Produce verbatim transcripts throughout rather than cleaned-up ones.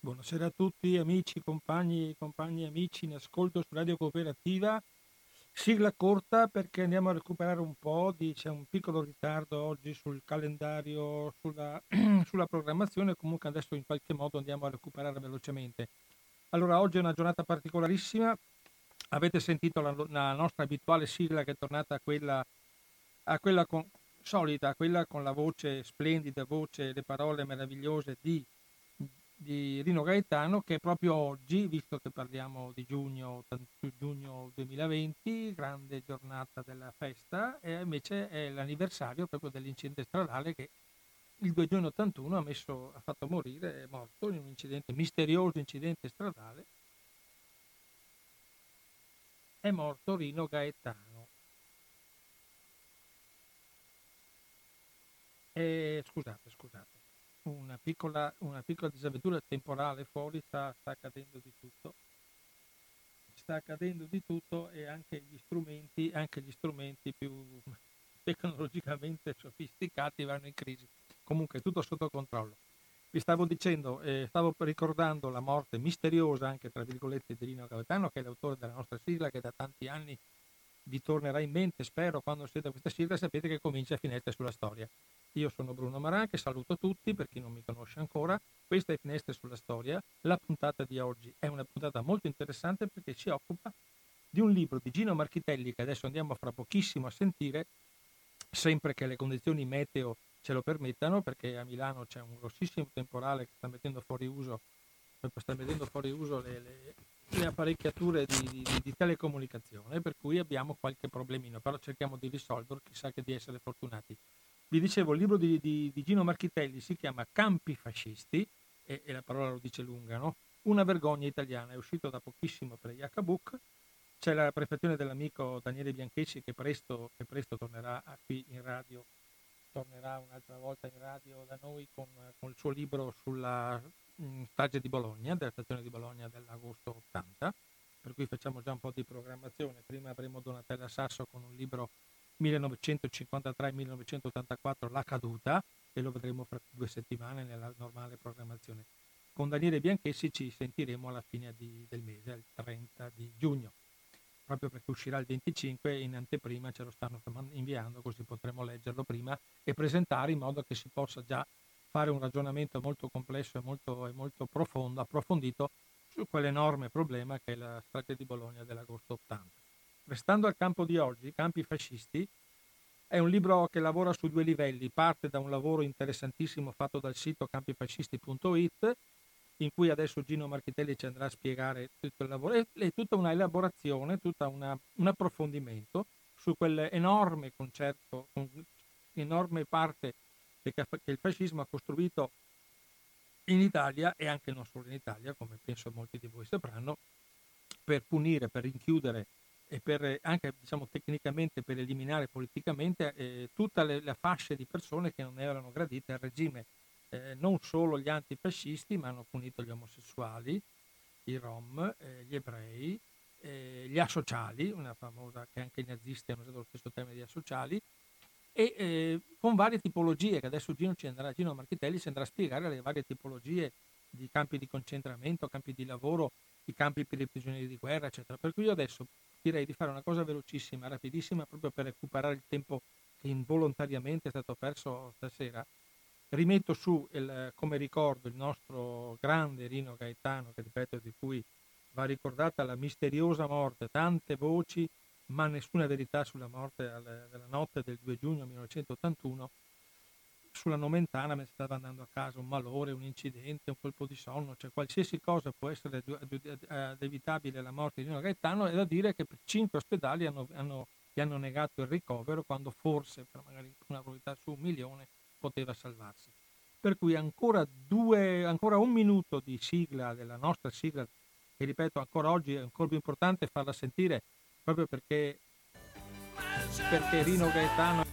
Buonasera a tutti, amici, compagni, compagni, amici in ascolto su Radio Cooperativa. Sigla corta perché andiamo a recuperare un po' di, c'è un piccolo ritardo oggi sul calendario, sulla, sulla programmazione, comunque adesso in qualche modo andiamo a recuperare velocemente. Allora, oggi è una giornata particolarissima, avete sentito la, la nostra abituale sigla che è tornata a quella, a quella con, solita, a quella con la voce splendida, voce, le parole meravigliose di di Rino Gaetano, che proprio oggi, visto che parliamo di giugno, giugno duemilaventi, grande giornata della festa, e invece è l'anniversario proprio dell'incidente stradale che il due giugno ottantuno ha, messo, ha fatto morire, è morto in un incidente, misterioso incidente stradale, è morto Rino Gaetano. E, scusate, scusate, una piccola, una piccola disavventura temporale fuori, sta, sta accadendo di tutto. sta accadendo di tutto e anche gli strumenti, anche gli strumenti più tecnologicamente sofisticati vanno in crisi. Comunque tutto sotto controllo. Vi stavo dicendo, eh, stavo ricordando la morte misteriosa, anche tra virgolette, di Rino Gaetano, che è l'autore della nostra sigla, che da tanti anni vi tornerà in mente, spero, quando siete questa sigla, sapete che comincia a Finestre sulla Storia. Io sono Bruno Maranche, saluto tutti, per chi non mi conosce ancora. Questa è Finestre sulla Storia. La puntata di oggi è una puntata molto interessante perché si occupa di un libro di Gino Marchitelli che adesso andiamo fra pochissimo a sentire, sempre che le condizioni meteo ce lo permettano, perché a Milano c'è un grossissimo temporale che sta mettendo fuori uso, sta mettendo fuori uso le, le, le apparecchiature di, di, di telecomunicazione, per cui abbiamo qualche problemino, però cerchiamo di risolverlo, chissà che di essere fortunati. Vi dicevo, il libro di, di, di Gino Marchitelli si chiama Campi fascisti, e, e la parola lo dice lunga, no? Una vergogna italiana, è uscito da pochissimo per H-Book. C'è la prefazione dell'amico Daniele Bianchesci che presto, che presto tornerà qui in radio, tornerà un'altra volta in radio da noi con, con il suo libro sulla mh, strage di Bologna, della stazione di Bologna dell'agosto ottanta, per cui facciamo già un po' di programmazione. Prima avremo Donatella Sasso con un libro millenovecentocinquantatré millenovecentottantaquattro, La caduta, e lo vedremo fra due settimane nella normale programmazione. Con Daniele Bianchessi ci sentiremo alla fine di, del mese, il trenta di giugno, proprio perché uscirà il venticinque, in anteprima ce lo stanno inviando, così potremo leggerlo prima e presentare in modo che si possa già fare un ragionamento molto complesso e molto, e molto profondo, approfondito su quell'enorme problema che è la strage di Bologna dell'agosto ottanta. Restando al campo di oggi, Campi fascisti, è un libro che lavora su due livelli, parte da un lavoro interessantissimo fatto dal sito campifascisti punto it, in cui adesso Gino Marchitelli ci andrà a spiegare tutto il lavoro, e, e tutta una elaborazione, tutta una, un approfondimento su quell'enorme concetto, enorme parte che, che il fascismo ha costruito in Italia, e anche non solo in Italia, come penso molti di voi sapranno, per punire, per rinchiudere e per anche, diciamo, tecnicamente per eliminare politicamente eh, tutta le, le fasce di persone che non erano gradite al regime. Eh, non solo gli antifascisti, ma hanno punito gli omosessuali, i rom, eh, gli ebrei, eh, gli asociali, una famosa, che anche i nazisti hanno usato lo stesso termine di asociali, e eh, con varie tipologie, che adesso Gino, ci andrà, Gino Marchitelli ci andrà a spiegare le varie tipologie di campi di concentramento, campi di lavoro, i campi per i prigionieri di guerra, eccetera. Per cui io adesso direi di fare una cosa velocissima, rapidissima, proprio per recuperare il tempo che involontariamente è stato perso stasera. Rimetto su, il, come ricordo, il nostro grande Rino Gaetano, che ripeto, di cui va ricordata la misteriosa morte, tante voci, ma nessuna verità sulla morte al, della notte del due giugno millenovecentottantuno. Sulla Nomentana mi stava andando a casa un malore, un incidente, un colpo di sonno, cioè qualsiasi cosa può essere evitabile alla morte di Rino Gaetano. È da dire che per cinque ospedali hanno, hanno, gli hanno negato il ricovero, quando forse, per magari una probabilità su un milione, poteva salvarsi. Per cui ancora, due, ancora un minuto di sigla, della nostra sigla, che ripeto ancora oggi è ancora più importante farla sentire, proprio perché, perché Rino Gaetano...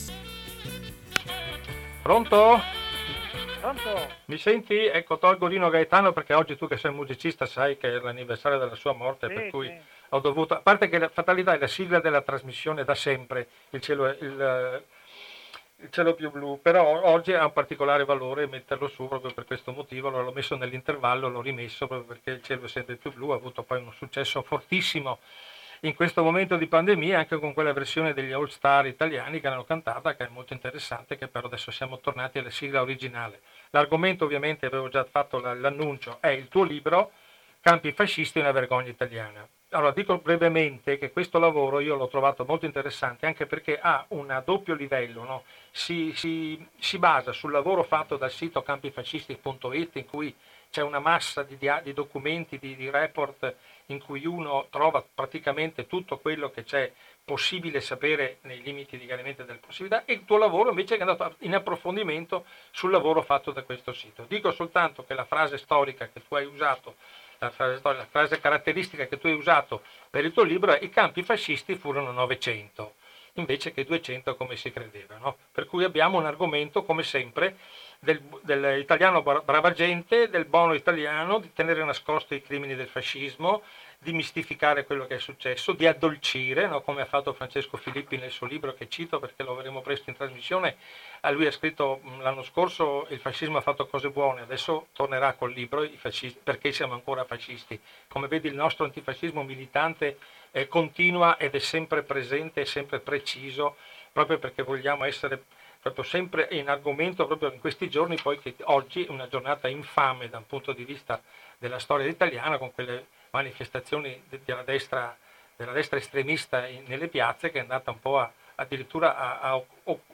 Pronto? Pronto? Mi senti? Ecco, tolgo Rino Gaetano perché oggi tu che sei musicista sai che è l'anniversario della sua morte, per Sì, cui sì. ho dovuto, a parte che la fatalità è la sigla della trasmissione da sempre, il cielo è, il, il cielo più blu, però oggi ha un particolare valore metterlo su proprio per questo motivo, allora l'ho messo nell'intervallo, l'ho rimesso proprio perché il cielo è sempre più blu, ha avuto poi un successo fortissimo in questo momento di pandemia, anche con quella versione degli All Star italiani che l'hanno cantata, che è molto interessante, che però adesso siamo tornati alla sigla originale. L'argomento, ovviamente, avevo già fatto l'annuncio, è il tuo libro, Campi fascisti, una vergogna italiana. Allora, dico brevemente che questo lavoro io l'ho trovato molto interessante anche perché ha un doppio livello, no? si, si, si basa sul lavoro fatto dal sito campifascisti punto it in cui c'è una massa di, di documenti, di, di report in cui uno trova praticamente tutto quello che c'è possibile sapere nei limiti di chiaramente delle possibilità, e il tuo lavoro invece è andato in approfondimento sul lavoro fatto da questo sito. Dico soltanto che la frase storica che tu hai usato, la frase, la frase caratteristica che tu hai usato per il tuo libro è: i campi fascisti furono novecento invece che duecento come si credeva, no? Per cui abbiamo un argomento come sempre del, dell'italiano brava gente, del buono italiano, di tenere nascosto i crimini del fascismo, di mistificare quello che è successo, di addolcire, no? Come ha fatto Francesco Filippi nel suo libro, che cito perché lo avremo presto in trasmissione. A lui ha scritto l'anno scorso: il fascismo ha fatto cose buone, adesso tornerà col libro i fascisti, perché siamo ancora fascisti. Come vedi, il nostro antifascismo militante eh, continua ed è sempre presente e sempre preciso, proprio perché vogliamo essere proprio sempre in argomento proprio in questi giorni, poi che oggi è una giornata infame da un punto di vista della storia italiana, con quelle manifestazioni della destra, della destra estremista in, nelle piazze, che è andata un po' a, addirittura a, a,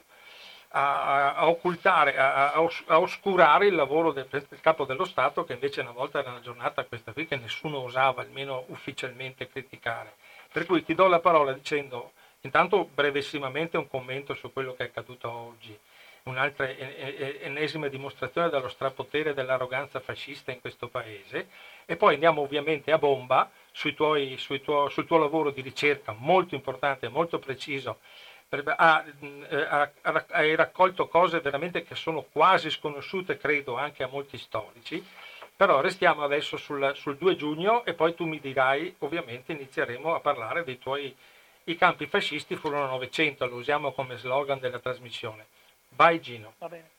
a, a occultare, a, a, a oscurare il lavoro del, del capo dello Stato, che invece una volta era una giornata questa qui che nessuno osava almeno ufficialmente criticare. Per cui ti do la parola dicendo intanto brevissimamente un commento su quello che è accaduto oggi, un'altra ennesima dimostrazione dello strapotere e dell'arroganza fascista in questo paese, e poi andiamo ovviamente a bomba sui tuoi, sui tuo, sul tuo lavoro di ricerca molto importante e molto preciso. Ha, ha, hai raccolto cose veramente che sono quasi sconosciute, credo, anche a molti storici. Però restiamo adesso sul, sul due giugno e poi tu mi dirai, ovviamente inizieremo a parlare dei tuoi. I campi fascisti furono novecento, lo usiamo come slogan della trasmissione. Vai Gino. Va bene.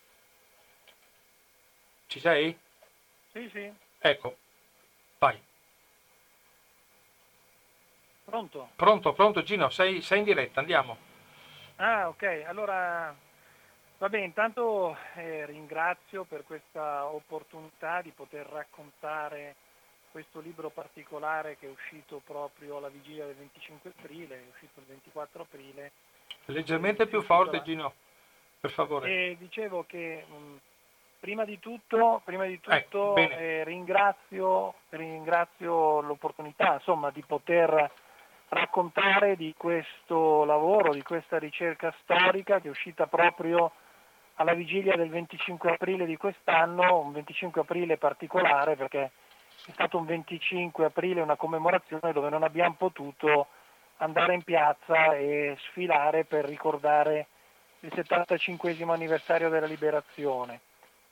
Ci sei? Sì, sì. Ecco, vai. Pronto? Pronto, pronto Gino, sei, sei in diretta, andiamo. Ah, ok, allora va bene, intanto eh, ringrazio per questa opportunità di poter raccontare questo libro particolare che è uscito proprio alla vigilia del venticinque aprile, è uscito il ventiquattro aprile. Leggermente più forte la... Gino, per favore. E dicevo che mh, prima di tutto, prima di tutto ecco, eh, ringrazio, ringrazio l'opportunità insomma di poter raccontare di questo lavoro, di questa ricerca storica che è uscita proprio alla vigilia del venticinque aprile di quest'anno, un venticinque aprile particolare perché è stato un venticinque aprile, una commemorazione dove non abbiamo potuto andare in piazza e sfilare per ricordare il settantacinquesimo anniversario della liberazione.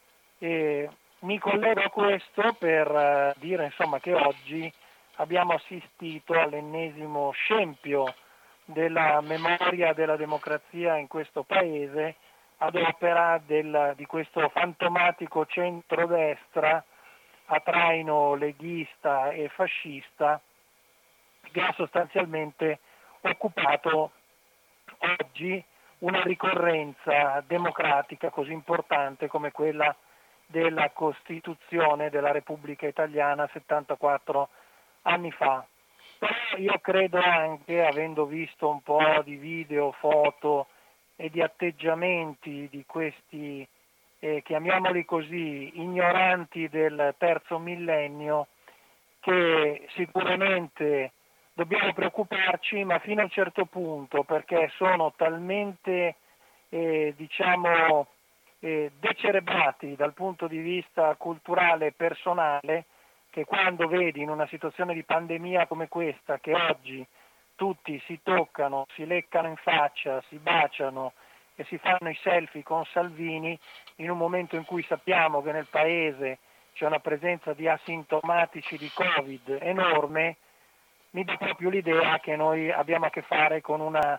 E mi collego a questo per dire insomma che oggi abbiamo assistito all'ennesimo scempio della memoria della democrazia in questo paese ad opera del, di questo fantomatico centrodestra a traino leghista e fascista che ha sostanzialmente occupato oggi una ricorrenza democratica così importante come quella della Costituzione della Repubblica Italiana settantaquattro anni fa. Però io credo anche, avendo visto un po' di video, foto e di atteggiamenti di questi, eh, chiamiamoli così, ignoranti del terzo millennio, che sicuramente dobbiamo preoccuparci, ma fino a un certo punto, perché sono talmente, eh, diciamo, eh, decerebrati dal punto di vista culturale e personale, che quando vedi in una situazione di pandemia come questa, che oggi tutti si toccano, si leccano in faccia, si baciano e si fanno i selfie con Salvini, in un momento in cui sappiamo che nel paese c'è una presenza di asintomatici di Covid enorme, mi dà proprio l'idea che noi abbiamo a che fare con una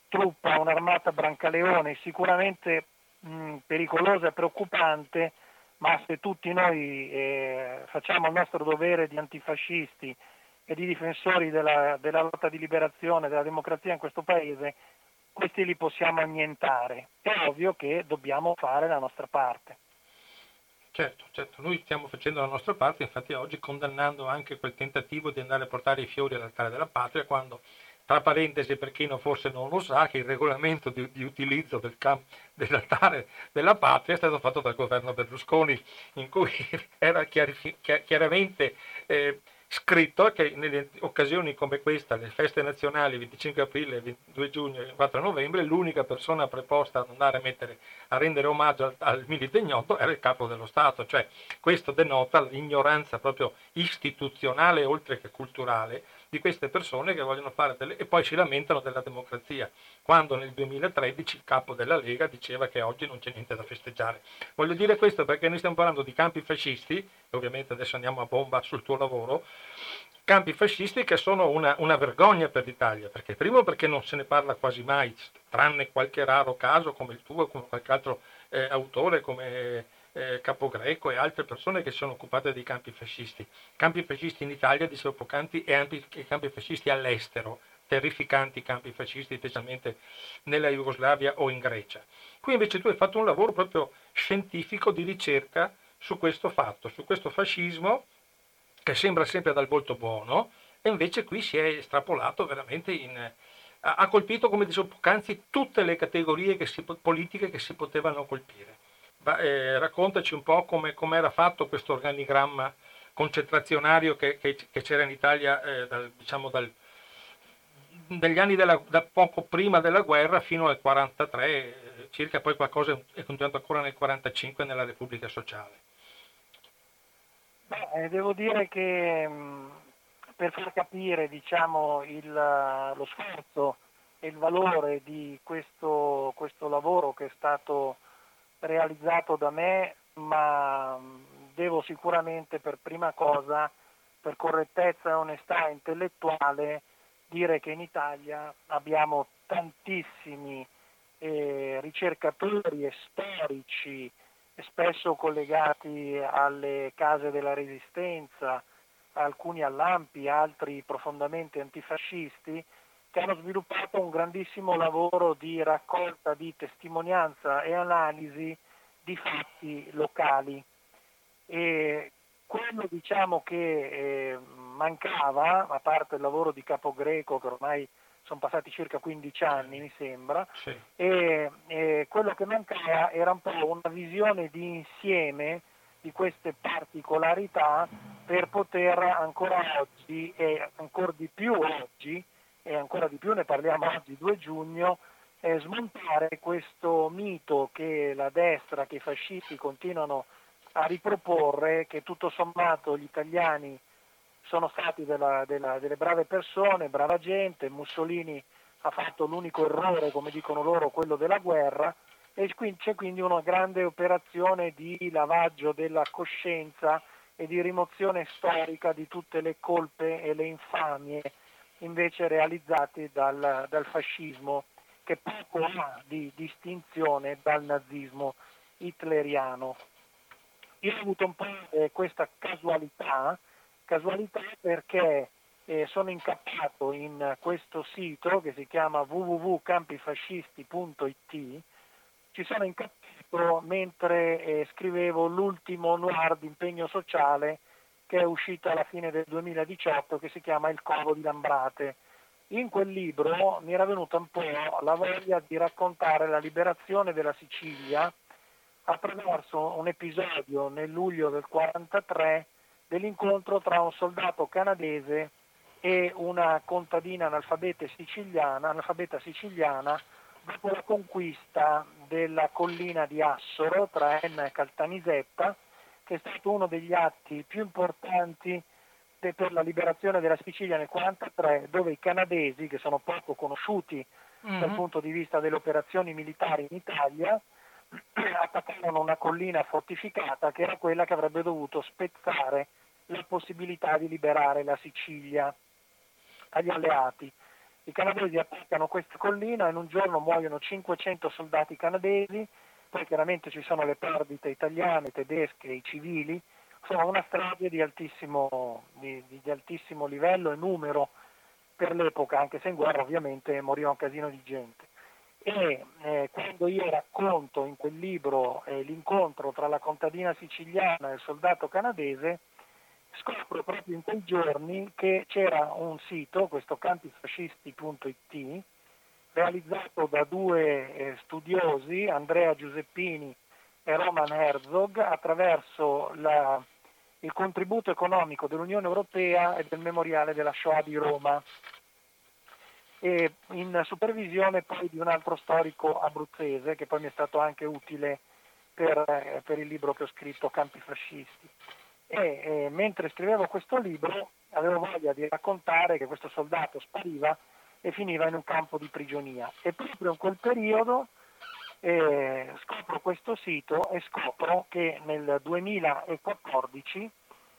truppa, un'armata Brancaleone sicuramente mh, pericolosa e preoccupante, ma se tutti noi eh, facciamo il nostro dovere di antifascisti e di difensori della, della lotta di liberazione della democrazia in questo paese, questi li possiamo annientare. È ovvio che dobbiamo fare la nostra parte. Certo, certo, noi stiamo facendo la nostra parte, infatti oggi condannando anche quel tentativo di andare a portare i fiori all'altare della patria, quando, tra parentesi, per chi non forse non lo sa, che il regolamento di, di utilizzo del cam- dell'altare della patria è stato fatto dal governo Berlusconi, in cui era chiari- chi- chiaramente eh, scritto che nelle occasioni come questa, le feste nazionali venticinque aprile, ventidue giugno e quattro novembre, l'unica persona preposta ad andare a, mettere, a rendere omaggio al, al milite ignoto era il capo dello Stato, cioè questo denota l'ignoranza proprio istituzionale oltre che culturale di queste persone che vogliono fare delle... e poi si lamentano della democrazia, quando nel duemilatredici il capo della Lega diceva che oggi non c'è niente da festeggiare. Voglio dire questo perché noi stiamo parlando di campi fascisti, e ovviamente adesso andiamo a bomba sul tuo lavoro, campi fascisti che sono una, una vergogna per l'Italia, perché primo perché non se ne parla quasi mai, tranne qualche raro caso come il tuo, come qualche altro eh, autore, come eh, Capogreco e altre persone che si sono occupate dei campi fascisti. Campi fascisti in Italia, dicevo poc'anzi, e anche campi fascisti all'estero, terrificanti campi fascisti, specialmente nella Jugoslavia o in Grecia. Qui invece tu hai fatto un lavoro proprio scientifico di ricerca su questo fatto, su questo fascismo che sembra sempre dal volto buono, e invece qui si è estrapolato veramente in... ha colpito, come dicevo poc'anzi, tutte le categorie che si, politiche che si potevano colpire. Va, eh, raccontaci un po' come era fatto questo organigramma concentrazionario che, che, che c'era in Italia eh, dal, diciamo dal, dagli anni della, da poco prima della guerra fino al quarantatré, eh, circa, poi qualcosa è continuato ancora nel quarantacinque nella Repubblica Sociale. Beh, devo dire che mh, per far capire diciamo, il, lo sforzo e il valore di questo, questo lavoro che è stato realizzato da me, ma mh, devo sicuramente per prima cosa, per correttezza e onestà intellettuale, dire che in Italia abbiamo tantissimi eh, ricercatori e storici, spesso collegati alle case della Resistenza, alcuni all'A M P I, altri profondamente antifascisti, che hanno sviluppato un grandissimo lavoro di raccolta di testimonianza e analisi di fatti locali. E quello diciamo che eh, mancava, a parte il lavoro di Capogreco, che ormai sono passati circa quindici anni mi sembra, sì. e, e quello che mancava era un po' una visione di insieme di queste particolarità per poter ancora oggi e ancora di più oggi, e ancora di più ne parliamo oggi due giugno, eh, smontare questo mito che la destra, che i fascisti continuano a riproporre, che tutto sommato gli italiani sono stati della, della, delle brave persone, brava gente, Mussolini ha fatto l'unico errore, come dicono loro, quello della guerra, e c'è quindi una grande operazione di lavaggio della coscienza e di rimozione storica di tutte le colpe e le infamie invece realizzate dal, dal fascismo, che poco ha di distinzione dal nazismo hitleriano. Io ho avuto un po' eh, questa casualità, casualità perché eh, sono incappato in questo sito che si chiama w w w punto campifascisti punto i t, ci sono incappato mentre eh, scrivevo l'ultimo noir di impegno sociale che è uscito alla fine del duemiladiciotto, che si chiama Il Covo di Lambrate. In quel libro mi era venuta un po' la voglia di raccontare la liberazione della Sicilia attraverso un episodio nel luglio del quarantatré dell'incontro tra un soldato canadese e una contadina analfabeta siciliana, analfabeta siciliana dopo la conquista della collina di Assoro tra Enna e Caltanissetta, che è stato uno degli atti più importanti per la liberazione della Sicilia nel quarantatré, dove i canadesi, che sono poco conosciuti mm-hmm. dal punto di vista delle operazioni militari in Italia, attaccarono una collina fortificata che era quella che avrebbe dovuto spezzare la possibilità di liberare la Sicilia agli alleati. I canadesi attaccano questa collina e in un giorno muoiono cinquecento soldati canadesi, poi chiaramente ci sono le perdite italiane, tedesche e i civili, insomma una strage di altissimo, di, di, di altissimo livello e numero per l'epoca, anche se in guerra ovviamente moriva un casino di gente. E eh, quando io racconto in quel libro eh, l'incontro tra la contadina siciliana e il soldato canadese, scopro proprio in quei giorni che c'era un sito, questo campifascisti punto it, realizzato da due eh, studiosi, Andrea Giuseppini e Roman Herzog, attraverso la, il contributo economico dell'Unione Europea e del Memoriale della Shoah di Roma, e in supervisione poi di un altro storico abruzzese che poi mi è stato anche utile per, eh, per il libro che ho scritto, Campi Fascisti. E eh, mentre scrivevo questo libro avevo voglia di raccontare che questo soldato spariva e finiva in un campo di prigionia, e proprio in quel periodo eh, scopro questo sito e scopro che nel duemilaquattordici,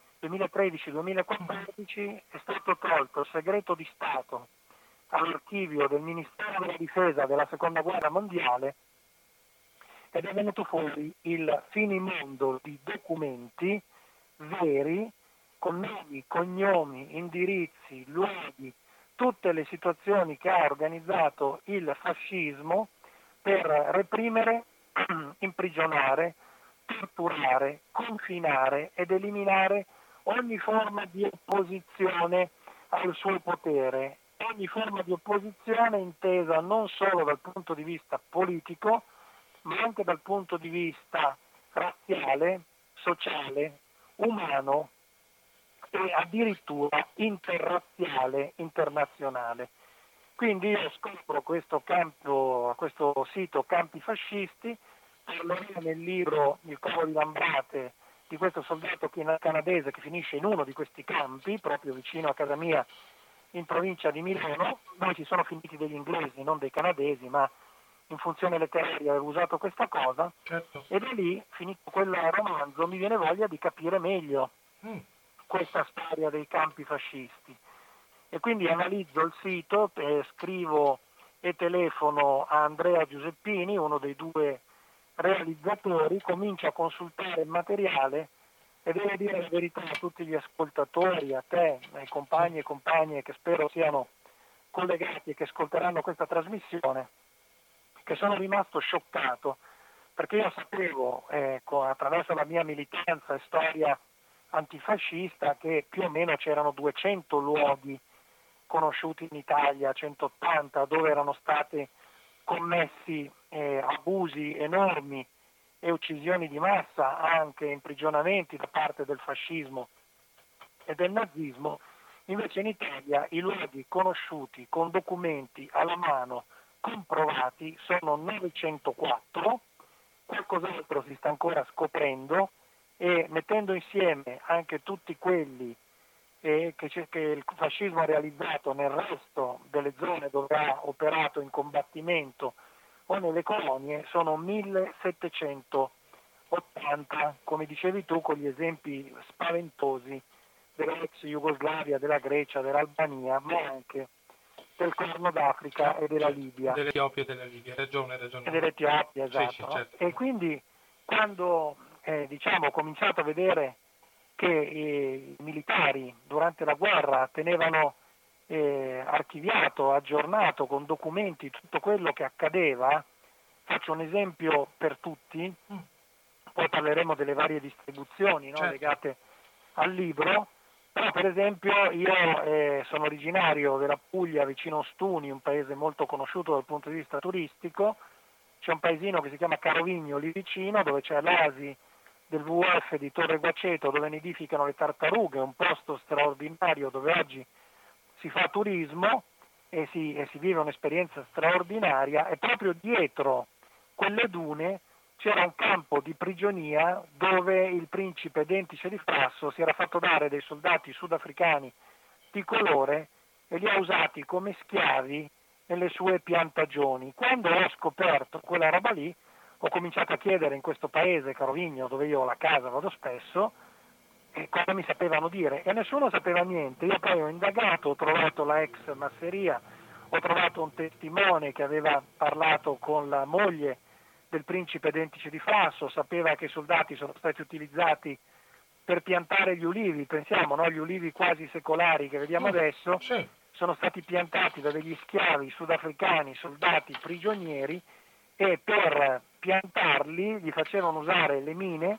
duemilatredici-duemilaquattordici è stato tolto il segreto di Stato all'archivio del Ministero della Difesa della Seconda Guerra Mondiale ed è venuto fuori il finimondo di documenti veri con nomi, cognomi, indirizzi, luoghi, tutte le situazioni che ha organizzato il fascismo per reprimere, imprigionare, torturare, confinare ed eliminare ogni forma di opposizione al suo potere, ogni forma di opposizione intesa non solo dal punto di vista politico, ma anche dal punto di vista razziale, sociale, umano e addirittura interrazziale, internazionale. Quindi io scopro questo campo, questo sito Campi Fascisti, parlerò nel libro Il Covo di Lambrate di questo soldato canadese che finisce in uno di questi campi, proprio vicino a casa mia in provincia di Milano, dove ci sono finiti degli inglesi, non dei canadesi, ma in funzione letteraria avevo usato questa cosa, certo. E da lì, finito quel romanzo, mi viene voglia di capire meglio mm. questa storia dei campi fascisti. E quindi analizzo il sito, eh, scrivo e telefono a Andrea Giuseppini, uno dei due realizzatori, comincio a consultare il materiale e devo dire la verità a tutti gli ascoltatori, a te, ai compagni e compagne che spero siano collegati e che ascolteranno questa trasmissione, che sono rimasto scioccato, perché io sapevo, eh, attraverso la mia militanza e storia antifascista, che più o meno c'erano duecento luoghi conosciuti in Italia, centottanta, dove erano stati commessi eh, abusi enormi e uccisioni di massa, anche imprigionamenti da parte del fascismo e del nazismo. Invece in Italia i luoghi conosciuti con documenti alla mano comprovati sono novecentoquattro, qualcos'altro si sta ancora scoprendo, e mettendo insieme anche tutti quelli eh, che, che il fascismo ha realizzato nel resto delle zone dove ha operato in combattimento o nelle colonie, sono millesettecentottanta, come dicevi tu, con gli esempi spaventosi dell'ex Jugoslavia, della Grecia, dell'Albania, ma anche del Corno d'Africa e della Libia. Dell'Etiopia e della Libia, ragione, ragione. E dell'Etiopia, esatto. Sì, sì, certo. E quindi quando eh, diciamo, ho cominciato a vedere che eh, i militari durante la guerra tenevano eh, archiviato, aggiornato con documenti tutto quello che accadeva, faccio un esempio per tutti, mm. poi parleremo delle varie distribuzioni, no, certo, legate al libro. Però per esempio io eh, sono originario della Puglia, vicino a Ostuni, un paese molto conosciuto dal punto di vista turistico. C'è un paesino che si chiama Carovigno lì vicino, dove c'è l'Asi del W W F di Torre Guaceto, dove nidificano le tartarughe, un posto straordinario dove oggi si fa turismo e si, e si vive un'esperienza straordinaria, e proprio dietro quelle dune c'era un campo di prigionia dove il principe Dentice di Frasso si era fatto dare dei soldati sudafricani di colore e li ha usati come schiavi nelle sue piantagioni. Quando ho scoperto quella roba lì, ho cominciato a chiedere in questo paese, Carovigno, dove io ho la casa, vado spesso, e cosa mi sapevano dire, e nessuno sapeva niente. Io poi ho indagato, ho trovato la ex masseria, ho trovato un testimone che aveva parlato con la moglie del principe Dentice di Frasso, sapeva che i soldati sono stati utilizzati per piantare gli ulivi, pensiamo, no? Gli ulivi quasi secolari che vediamo adesso, Sì. sono stati piantati da degli schiavi sudafricani, soldati prigionieri, e per piantarli gli facevano usare le mine,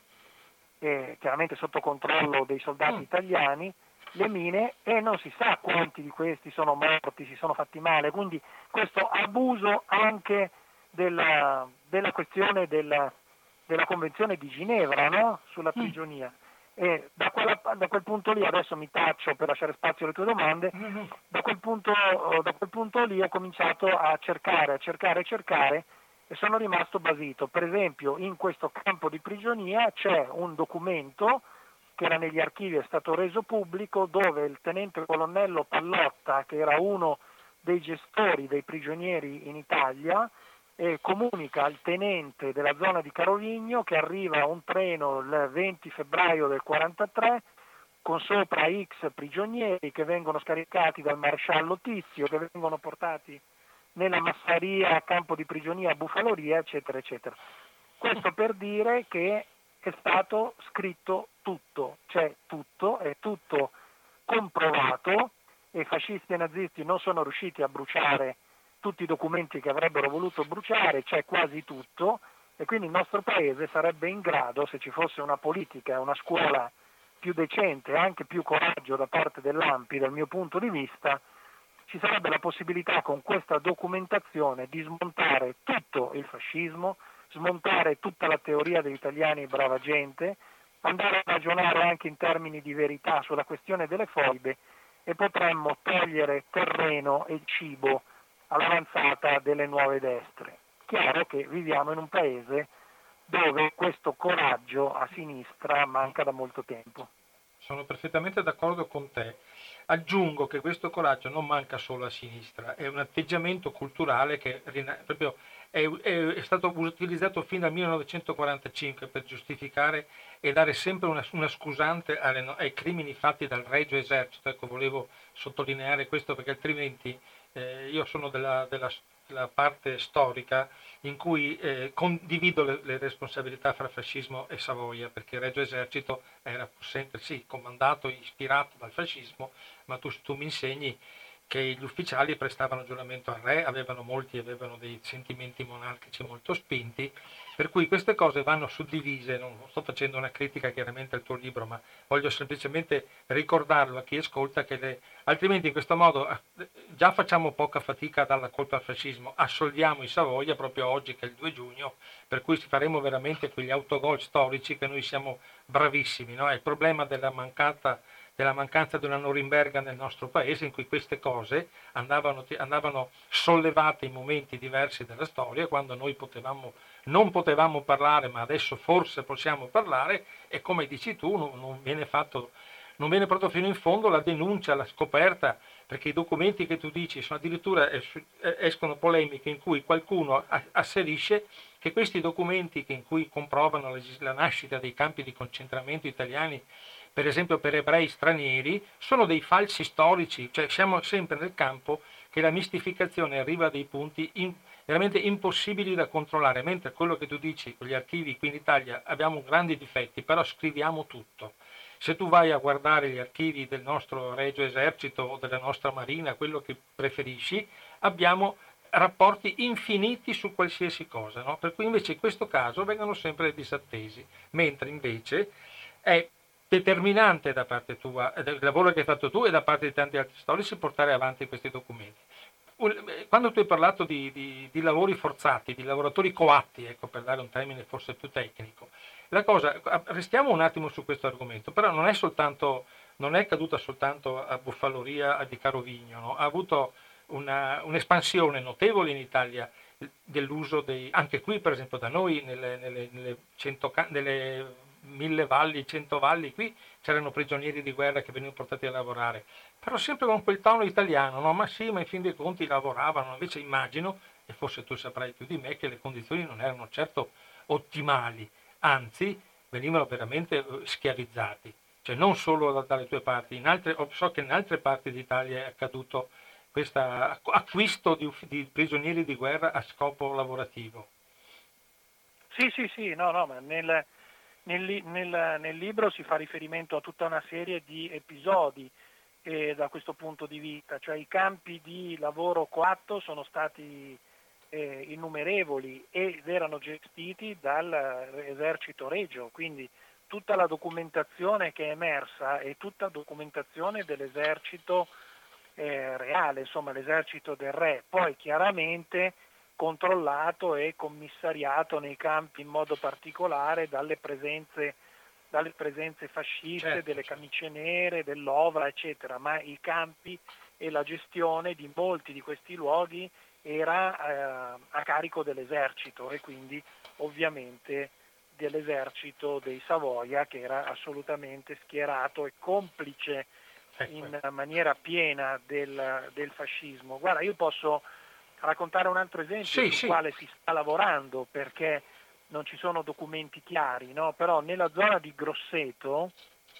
eh, chiaramente sotto controllo dei soldati Mm. italiani, le mine, e non si sa quanti di questi sono morti, si sono fatti male, quindi questo abuso anche della, della questione della, della Convenzione di Ginevra, no? Sulla prigionia. E da, quella, da quel punto lì, adesso mi taccio per lasciare spazio alle tue domande, Mm-hmm. da quel punto, da quel punto lì ho cominciato a cercare, a cercare, a cercare, e sono rimasto basito. Per esempio, in questo campo di prigionia c'è un documento che era negli archivi, è stato reso pubblico, dove il tenente colonnello Pallotta, che era uno dei gestori dei prigionieri in Italia, e comunica al tenente della zona di Carovigno che arriva un treno il venti febbraio del quarantatré con sopra X prigionieri che vengono scaricati dal maresciallo Tizio, che vengono portati nella massaria a campo di prigionia a Bufaloria, eccetera, eccetera. Questo per dire che è stato scritto tutto, c'è tutto, è tutto comprovato, e i fascisti e nazisti non sono riusciti a bruciare tutti i documenti che avrebbero voluto bruciare, c'è quasi tutto, e quindi il nostro paese sarebbe in grado, se ci fosse una politica, una scuola più decente e anche più coraggio da parte dell'A N P I, dal mio punto di vista, ci sarebbe la possibilità con questa documentazione di smontare tutto il fascismo, smontare tutta la teoria degli italiani brava gente, andare a ragionare anche in termini di verità sulla questione delle foibe, e potremmo togliere terreno e cibo all'avanzata delle nuove destre. Chiaro che viviamo in un paese dove questo coraggio a sinistra manca da molto tempo. Sono perfettamente d'accordo con te. Aggiungo che questo coraggio non manca solo a sinistra, è un atteggiamento culturale che rina- proprio è, è- è stato utilizzato fin dal millenovecentoquarantacinque per giustificare e dare sempre una, una scusante alle no- ai crimini fatti dal Regio Esercito. Ecco, volevo sottolineare questo perché altrimenti eh, io sono della, della- della parte storica in cui eh, condivido le, le responsabilità fra fascismo e Savoia, perché il Regio Esercito era sempre sì comandato, ispirato dal fascismo, ma tu, tu mi insegni che gli ufficiali prestavano giuramento al re, avevano molti avevano dei sentimenti monarchici molto spinti, per cui queste cose vanno suddivise. Non sto facendo una critica chiaramente al tuo libro, ma voglio semplicemente ricordarlo a chi ascolta che le, altrimenti in questo modo eh, già facciamo poca fatica a dare la colpa al fascismo, assolviamo i Savoia proprio oggi che è il due giugno, per cui faremo veramente quegli autogol storici che noi siamo bravissimi, no? È il problema della mancata della mancanza di una Norimberga nel nostro paese, in cui queste cose andavano, andavano sollevate in momenti diversi della storia, quando noi potevamo, non potevamo parlare, ma adesso forse possiamo parlare, e come dici tu non, non viene fatto, non viene portato fino in fondo la denuncia, la scoperta, perché i documenti che tu dici sono addirittura escono polemiche in cui qualcuno asserisce che questi documenti che in cui comprovano la, la nascita dei campi di concentramento italiani, per esempio per ebrei stranieri, sono dei falsi storici, cioè siamo sempre nel campo che la mistificazione arriva a dei punti in, veramente impossibili da controllare, mentre quello che tu dici con gli archivi qui in Italia abbiamo grandi difetti, però scriviamo tutto. Se tu vai a guardare gli archivi del nostro Regio Esercito o della nostra Marina, quello che preferisci, abbiamo rapporti infiniti su qualsiasi cosa, no? Per cui invece in questo caso vengono sempre disattesi, mentre invece è determinante da parte tua, del lavoro che hai fatto tu e da parte di tanti altri storici, portare avanti questi documenti. Quando tu hai parlato di, di, di lavori forzati, di lavoratori coatti, ecco, per dare un termine forse più tecnico, la cosa, restiamo un attimo su questo argomento, però non è soltanto, non è caduta soltanto a Buffaloria di Carovigno, no? Ha avuto una, un'espansione notevole in Italia dell'uso dei, anche qui per esempio da noi nelle, nelle, nelle, cento, nelle mille valli, cento valli, qui c'erano prigionieri di guerra che venivano portati a lavorare, però sempre con quel tono italiano, no? Ma sì, ma in fin dei conti lavoravano, invece immagino, e forse tu saprai più di me, che le condizioni non erano certo ottimali, anzi venivano veramente schiavizzati, cioè non solo dalle tue parti, in altre, so che in altre parti d'Italia è accaduto questa acquisto di, di prigionieri di guerra a scopo lavorativo. Sì, sì, sì, no, no, ma nel, nel, nel, nel libro si fa riferimento a tutta una serie di episodi eh, da questo punto di vista, cioè i campi di lavoro coatto sono stati eh, innumerevoli ed erano gestiti dall'esercito regio, quindi tutta la documentazione che è emersa è tutta documentazione dell'esercito eh, reale, insomma l'esercito del re, poi chiaramente controllato e commissariato nei campi in modo particolare dalle presenze, dalle presenze fasciste, Certo, delle certo. camicie nere, dell'Ovra, eccetera, ma i campi e la gestione di molti di questi luoghi era eh, a carico dell'esercito e quindi ovviamente dell'esercito dei Savoia che era assolutamente schierato e complice Ecco, in ecco. maniera piena del, del fascismo. Guarda, io posso raccontare un altro esempio Sì, sul sì. quale si sta lavorando perché non ci sono documenti chiari, no? Però nella zona di Grosseto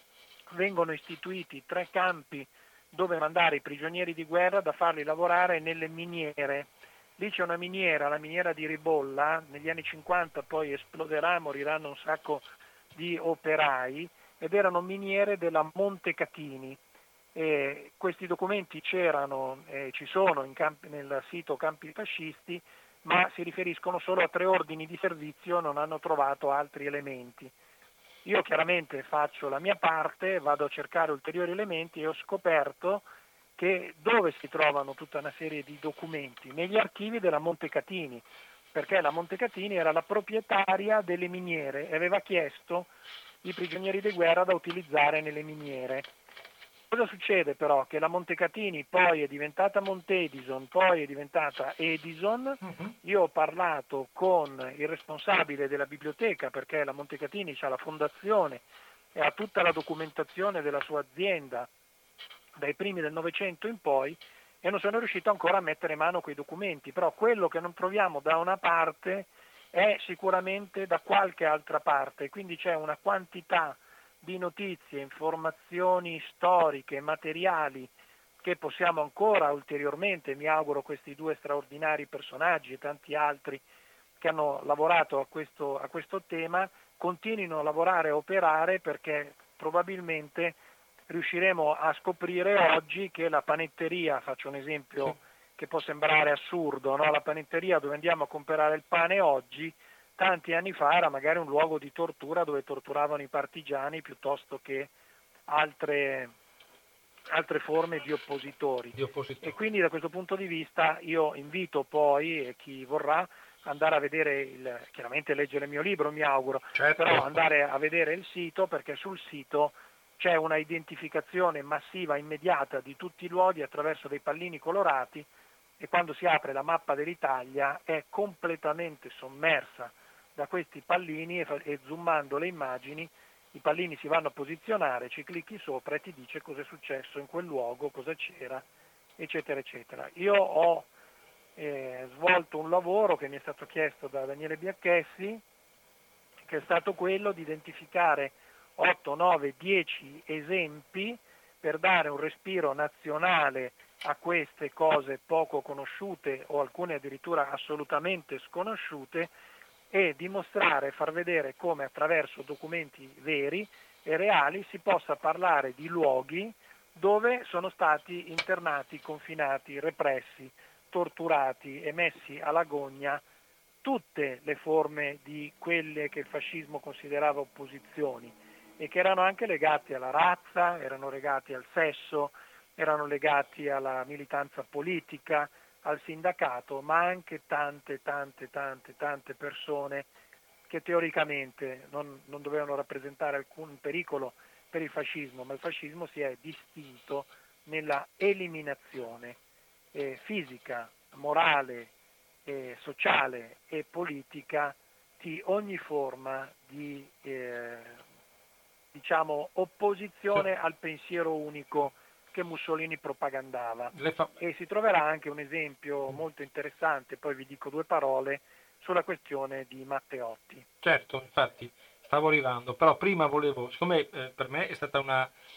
vengono istituiti tre campi dove mandare i prigionieri di guerra da farli lavorare nelle miniere. Lì c'è una miniera, la miniera di Ribolla, negli anni cinquanta poi esploderà, moriranno un sacco di operai ed erano miniere della Montecatini. Eh, questi documenti c'erano, eh, ci sono in campi, nel sito Campi Fascisti, ma si riferiscono solo a tre ordini di servizio, non hanno trovato altri elementi. Io chiaramente faccio la mia parte, vado a cercare ulteriori elementi e ho scoperto che dove si trovano tutta una serie di documenti? Negli archivi della Montecatini, perché la Montecatini era la proprietaria delle miniere e aveva chiesto i prigionieri di guerra da utilizzare nelle miniere. Cosa succede però? Che la Montecatini poi è diventata Montedison, poi è diventata Edison. Mhm. Io ho parlato con il responsabile della biblioteca perché la Montecatini ha la fondazione e ha tutta la documentazione della sua azienda dai primi del Novecento in poi e non sono riuscito ancora a mettere mano a quei documenti, però quello che non troviamo da una parte è sicuramente da qualche altra parte, quindi c'è una quantità di notizie, informazioni storiche, materiali che possiamo ancora ulteriormente, mi auguro questi due straordinari personaggi e tanti altri che hanno lavorato a questo, a questo tema, continuino a lavorare e operare perché probabilmente riusciremo a scoprire oggi che la panetteria, faccio un Sì. esempio che può sembrare assurdo, no? La panetteria dove andiamo a comprare il pane oggi, tanti anni fa era magari un luogo di tortura dove torturavano i partigiani piuttosto che altre, altre forme di oppositori. Di E oppositori. quindi da questo punto di vista io invito poi eh, chi vorrà andare a vedere, il, chiaramente leggere il mio libro mi auguro, però Certo. andare a vedere il sito perché sul sito c'è una identificazione massiva, immediata di tutti i luoghi attraverso dei pallini colorati e quando si apre la mappa dell'Italia è completamente sommersa da questi pallini e, e zoomando le immagini i pallini si vanno a posizionare, ci clicchi sopra e ti dice cosa è successo in quel luogo, cosa c'era, eccetera, eccetera. Io ho eh, svolto un lavoro che mi è stato chiesto da Daniele Biacchessi, che è stato quello di identificare otto, nove, dieci esempi per dare un respiro nazionale a queste cose poco conosciute o alcune addirittura assolutamente sconosciute e dimostrare, far vedere come attraverso documenti veri e reali si possa parlare di luoghi dove sono stati internati, confinati, repressi, torturati e messi all'agonia tutte le forme di quelle che il fascismo considerava opposizioni e che erano anche legati alla razza, erano legati al sesso, erano legati alla militanza politica, al sindacato, ma anche tante, tante, tante, tante persone che teoricamente non, non dovevano rappresentare alcun pericolo per il fascismo, ma il fascismo si è distinto nella eliminazione eh, fisica, morale, eh, sociale e politica di ogni forma di eh, diciamo, Sì. opposizione al pensiero unico che Mussolini propagandava. Le fa- E si troverà anche un esempio molto interessante, poi vi dico due parole, sulla questione di Matteotti. Certo, infatti stavo arrivando, però prima volevo, siccome eh, per me è stata una,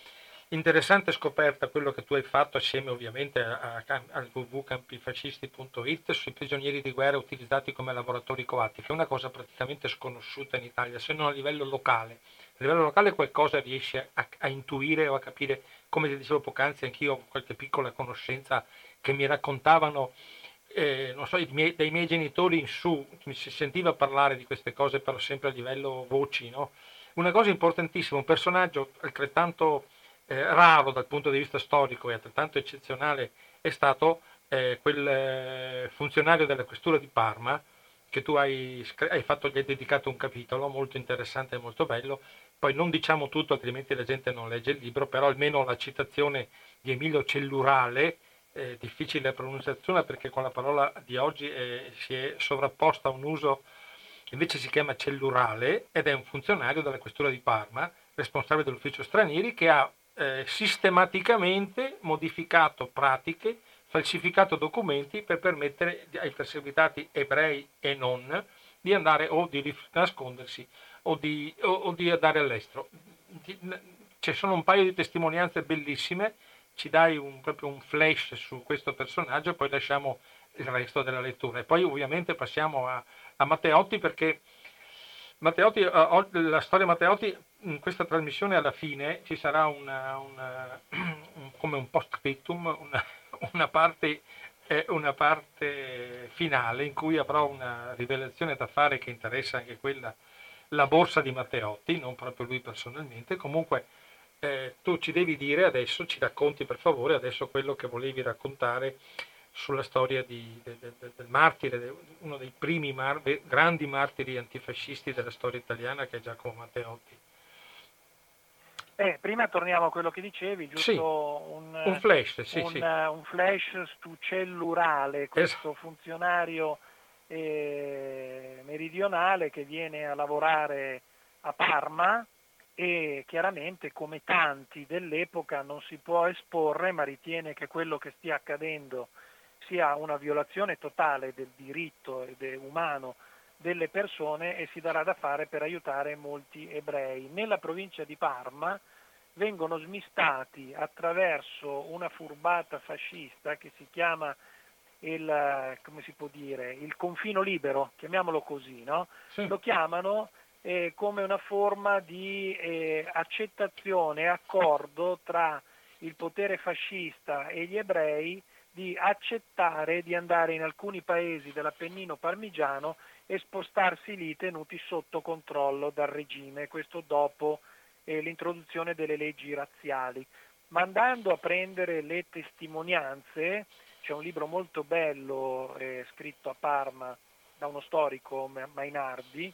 Interessante scoperta quello che tu hai fatto assieme ovviamente a- a- al w w w punto campifascisti punto i t sui prigionieri di guerra utilizzati come lavoratori coatti, che è una cosa praticamente sconosciuta in Italia, se non a livello locale. A livello locale qualcosa riesci a, a intuire o a capire, come ti dicevo poc'anzi, anch'io ho qualche piccola conoscenza che mi raccontavano, eh, non so, i miei- dai miei genitori in su, mi si sentiva parlare di queste cose, però sempre a livello voci, no? Una cosa importantissima, un personaggio altrettanto eh, raro dal punto di vista storico e altrettanto eccezionale è stato eh, quel eh, funzionario della questura di Parma che tu hai, scr- hai fatto, gli hai dedicato un capitolo molto interessante e molto bello. Poi non diciamo tutto, altrimenti la gente non legge il libro, però almeno la citazione di Emilio Cellurale, eh, difficile pronunciazione perché con la parola di oggi eh, si è sovrapposta a un uso, invece si chiama Cellurale ed è un funzionario della questura di Parma, responsabile dell'ufficio stranieri, che ha eh, sistematicamente modificato pratiche, falsificato documenti per permettere ai perseguitati ebrei e non di andare o di nascondersi o di, o, o di andare all'estero. Ci sono un paio di testimonianze bellissime, ci dai un, proprio un flash su questo personaggio e poi lasciamo il resto della lettura. E poi ovviamente passiamo a, a Matteotti perché Matteotti, eh, la storia Matteotti, in questa trasmissione alla fine ci sarà una, una, un, come un post scriptum, una, una, parte, eh, una parte finale in cui avrò una rivelazione da fare che interessa anche quella, la borsa di Matteotti, non proprio lui personalmente. Comunque eh, tu ci devi dire adesso, ci racconti per favore adesso quello che volevi raccontare sulla storia di, de, de, de, del martire, de, uno dei primi mar, grandi martiri antifascisti della storia italiana che è Giacomo Matteotti. Eh, prima torniamo a quello che dicevi, Sì, giusto un, un flash, sì, un, sì. un flash su Cellurale, Es- questo funzionario eh, meridionale che viene a lavorare a Parma e chiaramente come tanti dell'epoca non si può esporre, ma ritiene che quello che stia accadendo sia una violazione totale del diritto umano delle persone e si darà da fare per aiutare molti ebrei. Nella provincia di Parma vengono smistati attraverso una furbata fascista che si chiama il, come si può dire, il confino libero, chiamiamolo così, no? sì. Lo chiamano eh, come una forma di eh, accettazione e accordo tra il potere fascista e gli ebrei di accettare di andare in alcuni paesi dell'Appennino parmigiano e spostarsi lì tenuti sotto controllo dal regime, questo dopo eh, l'introduzione delle leggi razziali. Ma andando a prendere le testimonianze, c'è un libro molto bello eh, scritto a Parma da uno storico, Mainardi,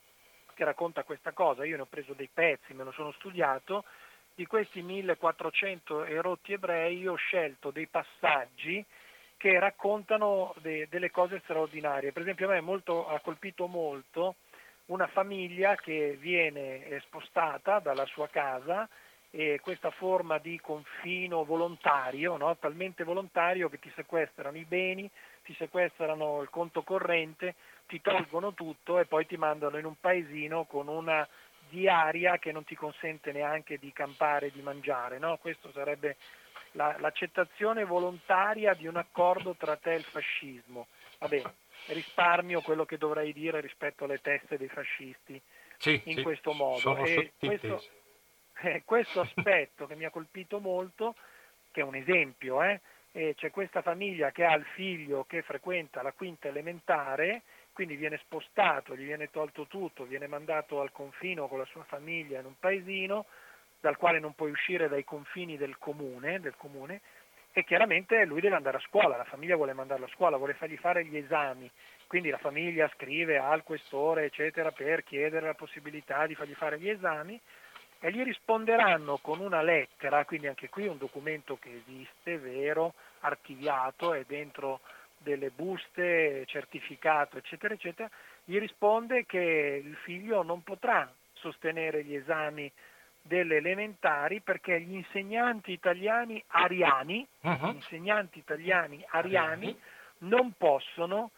che racconta questa cosa, io ne ho preso dei pezzi, me lo sono studiato, di questi millequattrocento erotti ebrei io ho scelto dei passaggi che raccontano de, delle cose straordinarie. Per esempio a me molto, ha colpito molto una famiglia che viene spostata dalla sua casa e questa forma di confino volontario, no? Talmente volontario che ti sequestrano i beni, ti sequestrano il conto corrente, ti tolgono tutto e poi ti mandano in un paesino con una diaria che non ti consente neanche di campare e di mangiare, no? Questo sarebbe la, l'accettazione volontaria di un accordo tra te e il fascismo. Vabbè, risparmio quello che dovrei dire rispetto alle teste dei fascisti Sì, in sì, questo modo. sono E questo, sottintesi. eh, questo aspetto che mi ha colpito molto, che è un esempio, eh, eh, c'è questa famiglia che ha il figlio che frequenta la quinta elementare, quindi viene spostato, gli viene tolto tutto, viene mandato al confino con la sua famiglia in un paesino dal quale non puoi uscire dai confini del comune, del comune e chiaramente lui deve andare a scuola, la famiglia vuole mandarlo a scuola, vuole fargli fare gli esami, quindi la famiglia scrive al questore eccetera per chiedere la possibilità di fargli fare gli esami e gli risponderanno con una lettera, quindi anche qui un documento che esiste, vero, archiviato, è dentro delle buste, certificato, eccetera, eccetera, gli risponde che il figlio non potrà sostenere gli esami delle elementari perché gli insegnanti italiani ariani, Uh-huh. gli insegnanti italiani ariani Ariani. non possono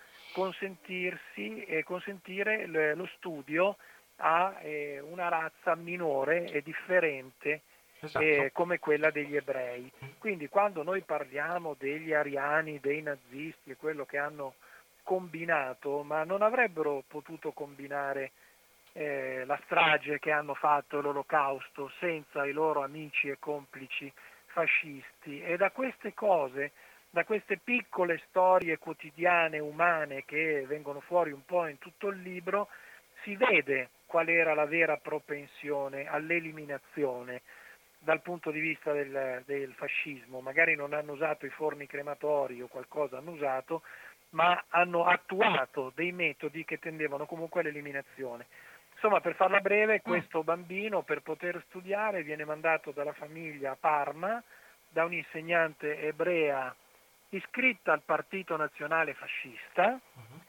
consentirsi e consentire lo studio a eh, una razza minore e differente esatto. eh, come quella degli ebrei. Quindi quando noi parliamo degli ariani, dei nazisti e quello che hanno combinato, ma non avrebbero potuto combinare eh, la strage che hanno fatto, l'olocausto, senza i loro amici e complici fascisti. E da queste cose, da queste piccole storie quotidiane, umane, che vengono fuori un po' in tutto il libro, si vede qual era la vera propensione all'eliminazione dal punto di vista del, del fascismo. Magari non hanno usato i forni crematori o qualcosa hanno usato, ma hanno attuato dei metodi che tendevano comunque all'eliminazione. Insomma, per farla breve, questo bambino per poter studiare viene mandato dalla famiglia a Parma da un'insegnante ebrea iscritta al Partito Nazionale Fascista,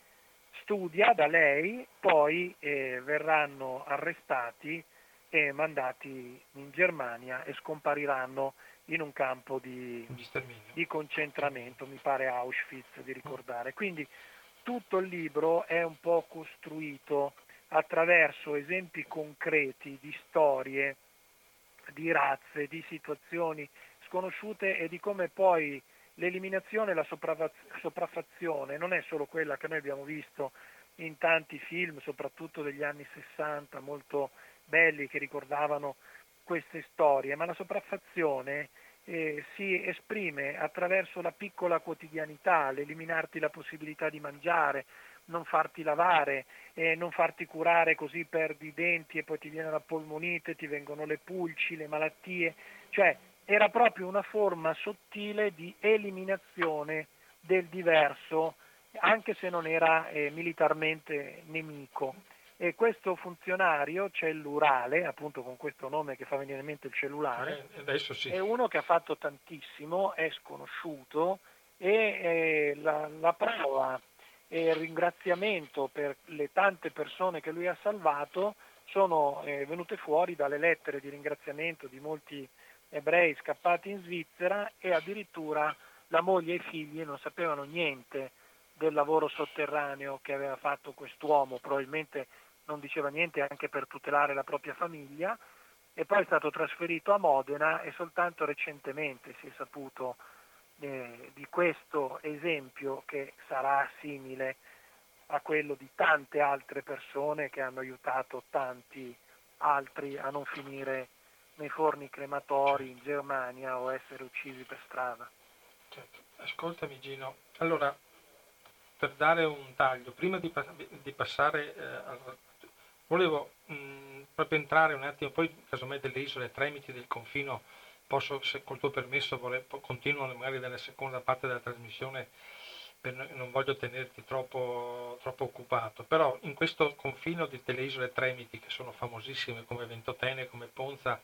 studia da lei, poi eh, verranno arrestati e mandati in Germania e scompariranno in un campo di, di concentramento, mi pare Auschwitz di ricordare. Quindi tutto il libro è un po' costruito attraverso esempi concreti di storie, di razze, di situazioni sconosciute e di come poi l'eliminazione e la sopraffazione non è solo quella che noi abbiamo visto in tanti film, soprattutto degli anni sessanta, molto belli, che ricordavano queste storie, ma la sopraffazione eh, si esprime attraverso la piccola quotidianità, l'eliminarti la possibilità di mangiare, non farti lavare, eh, non farti curare così perdi i denti e poi ti viene la polmonite, ti vengono le pulci, le malattie, cioè era proprio una forma sottile di eliminazione del diverso, anche se non era eh, militarmente nemico. E questo funzionario cellulare, appunto con questo nome che fa venire in mente il cellulare, eh, adesso sì. è uno che ha fatto tantissimo, è sconosciuto e eh, la, la prova e il ringraziamento per le tante persone che lui ha salvato sono eh, venute fuori dalle lettere di ringraziamento di molti ebrei scappati in Svizzera, e addirittura la moglie e i figli non sapevano niente del lavoro sotterraneo che aveva fatto quest'uomo, probabilmente non diceva niente anche per tutelare la propria famiglia, e poi è stato trasferito a Modena e soltanto recentemente si è saputo eh, di questo esempio, che sarà simile a quello di tante altre persone che hanno aiutato tanti altri a non finire nei forni crematori in Germania o essere uccisi per strada. Certo. Ascoltami Gino, allora per dare un taglio, prima di, di passare eh, al, volevo mh, proprio entrare un attimo, poi casomai delle isole Tremiti del confino, posso, se col tuo permesso, vorrei, continuo magari nella seconda parte della trasmissione, per, non voglio tenerti troppo, troppo occupato, però in questo confino di, delle isole Tremiti, che sono famosissime come Ventotene, come Ponza,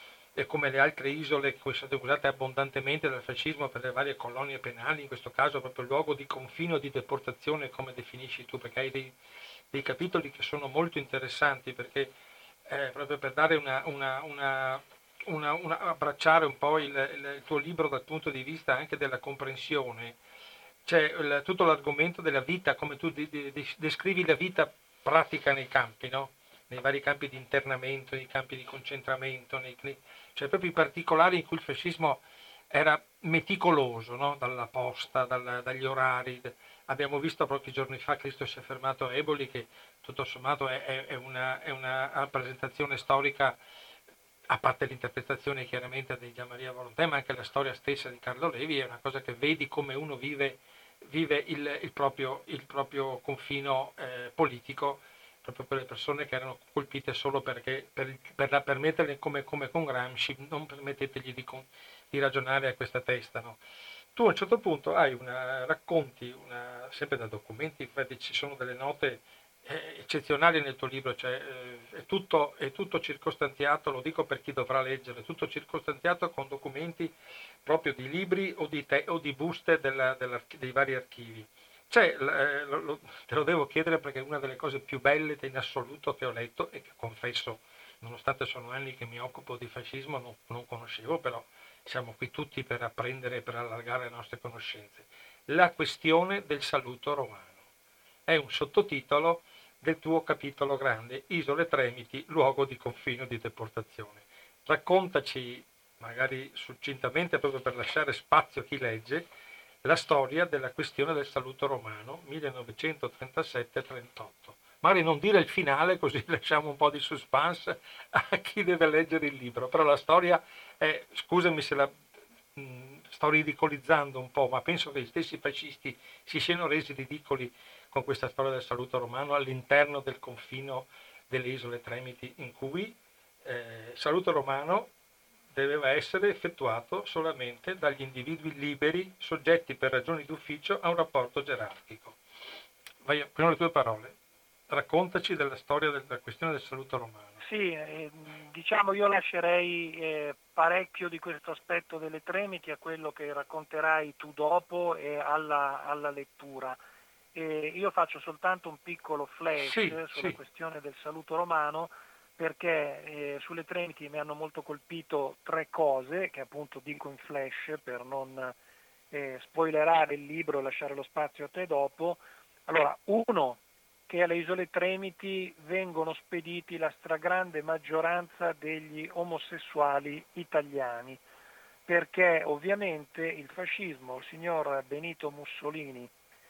e come le altre isole che sono state usate abbondantemente dal fascismo per le varie colonie penali, in questo caso proprio luogo di confino, di deportazione, come definisci tu, perché hai dei, dei capitoli che sono molto interessanti, perché eh, proprio per dare una, una, una, una, una abbracciare un po' il, il, il tuo libro dal punto di vista anche della comprensione, c'è il, tutto l'argomento della vita, come tu di, di, di, descrivi la vita pratica nei campi, no? Nei vari campi di internamento, nei campi di concentramento, nei, nei, cioè proprio i particolari in cui il fascismo era meticoloso, no? Dalla posta, dal, dagli orari. Abbiamo visto pochi giorni fa, Cristo si è fermato a Eboli, che tutto sommato è, è, è, una, è una rappresentazione storica, a parte l'interpretazione chiaramente di Gian Maria Volontè, ma anche la storia stessa di Carlo Levi, è una cosa che vedi come uno vive, vive il, il, proprio, il proprio confino eh, politico, proprio per le persone che erano colpite solo perché, per, per, per metterle come, come con Gramsci, non permettetegli di, di ragionare a questa testa. No? Tu a un certo punto hai una, racconti, una, sempre da documenti, infatti ci sono delle note eh, eccezionali nel tuo libro, cioè eh, è, tutto, è tutto circostanziato, lo dico per chi dovrà leggere, è tutto circostanziato con documenti proprio di libri o di, te, o di buste della, della, dei vari archivi. Cioè, eh, lo, lo, te lo devo chiedere perché è una delle cose più belle in assoluto che ho letto e che confesso, nonostante sono anni che mi occupo di fascismo, non, non conoscevo, però siamo qui tutti per apprendere e per allargare le nostre conoscenze. La questione del saluto romano. È un sottotitolo del tuo capitolo grande, Isole Tremiti, luogo di confino di deportazione. Raccontaci magari succintamente proprio per lasciare spazio a chi legge, la storia della questione del saluto romano millenovecentotrentasette trentotto. Magari non dire il finale, così lasciamo un po' di suspense a chi deve leggere il libro, però la storia è, scusami se la mh, sto ridicolizzando un po', ma penso che gli stessi fascisti si siano resi ridicoli con questa storia del saluto romano all'interno del confino delle isole Tremiti, in cui eh, il saluto romano doveva essere effettuato solamente dagli individui liberi, soggetti per ragioni d'ufficio a un rapporto gerarchico. Vai, prima le tue parole, raccontaci della storia della questione del saluto romano. Sì, eh, diciamo io lascerei eh, parecchio di questo aspetto delle Tremiti a quello che racconterai tu dopo e alla, alla lettura. Eh, io faccio soltanto un piccolo flash Sì, sulla sì. questione del saluto romano, perché eh, sulle Tremiti mi hanno molto colpito tre cose, che appunto dico in flash per non eh, spoilerare il libro e lasciare lo spazio a te dopo. Allora, uno, che alle isole Tremiti vengono spediti la stragrande maggioranza degli omosessuali italiani, perché ovviamente il fascismo, il signor Benito Mussolini,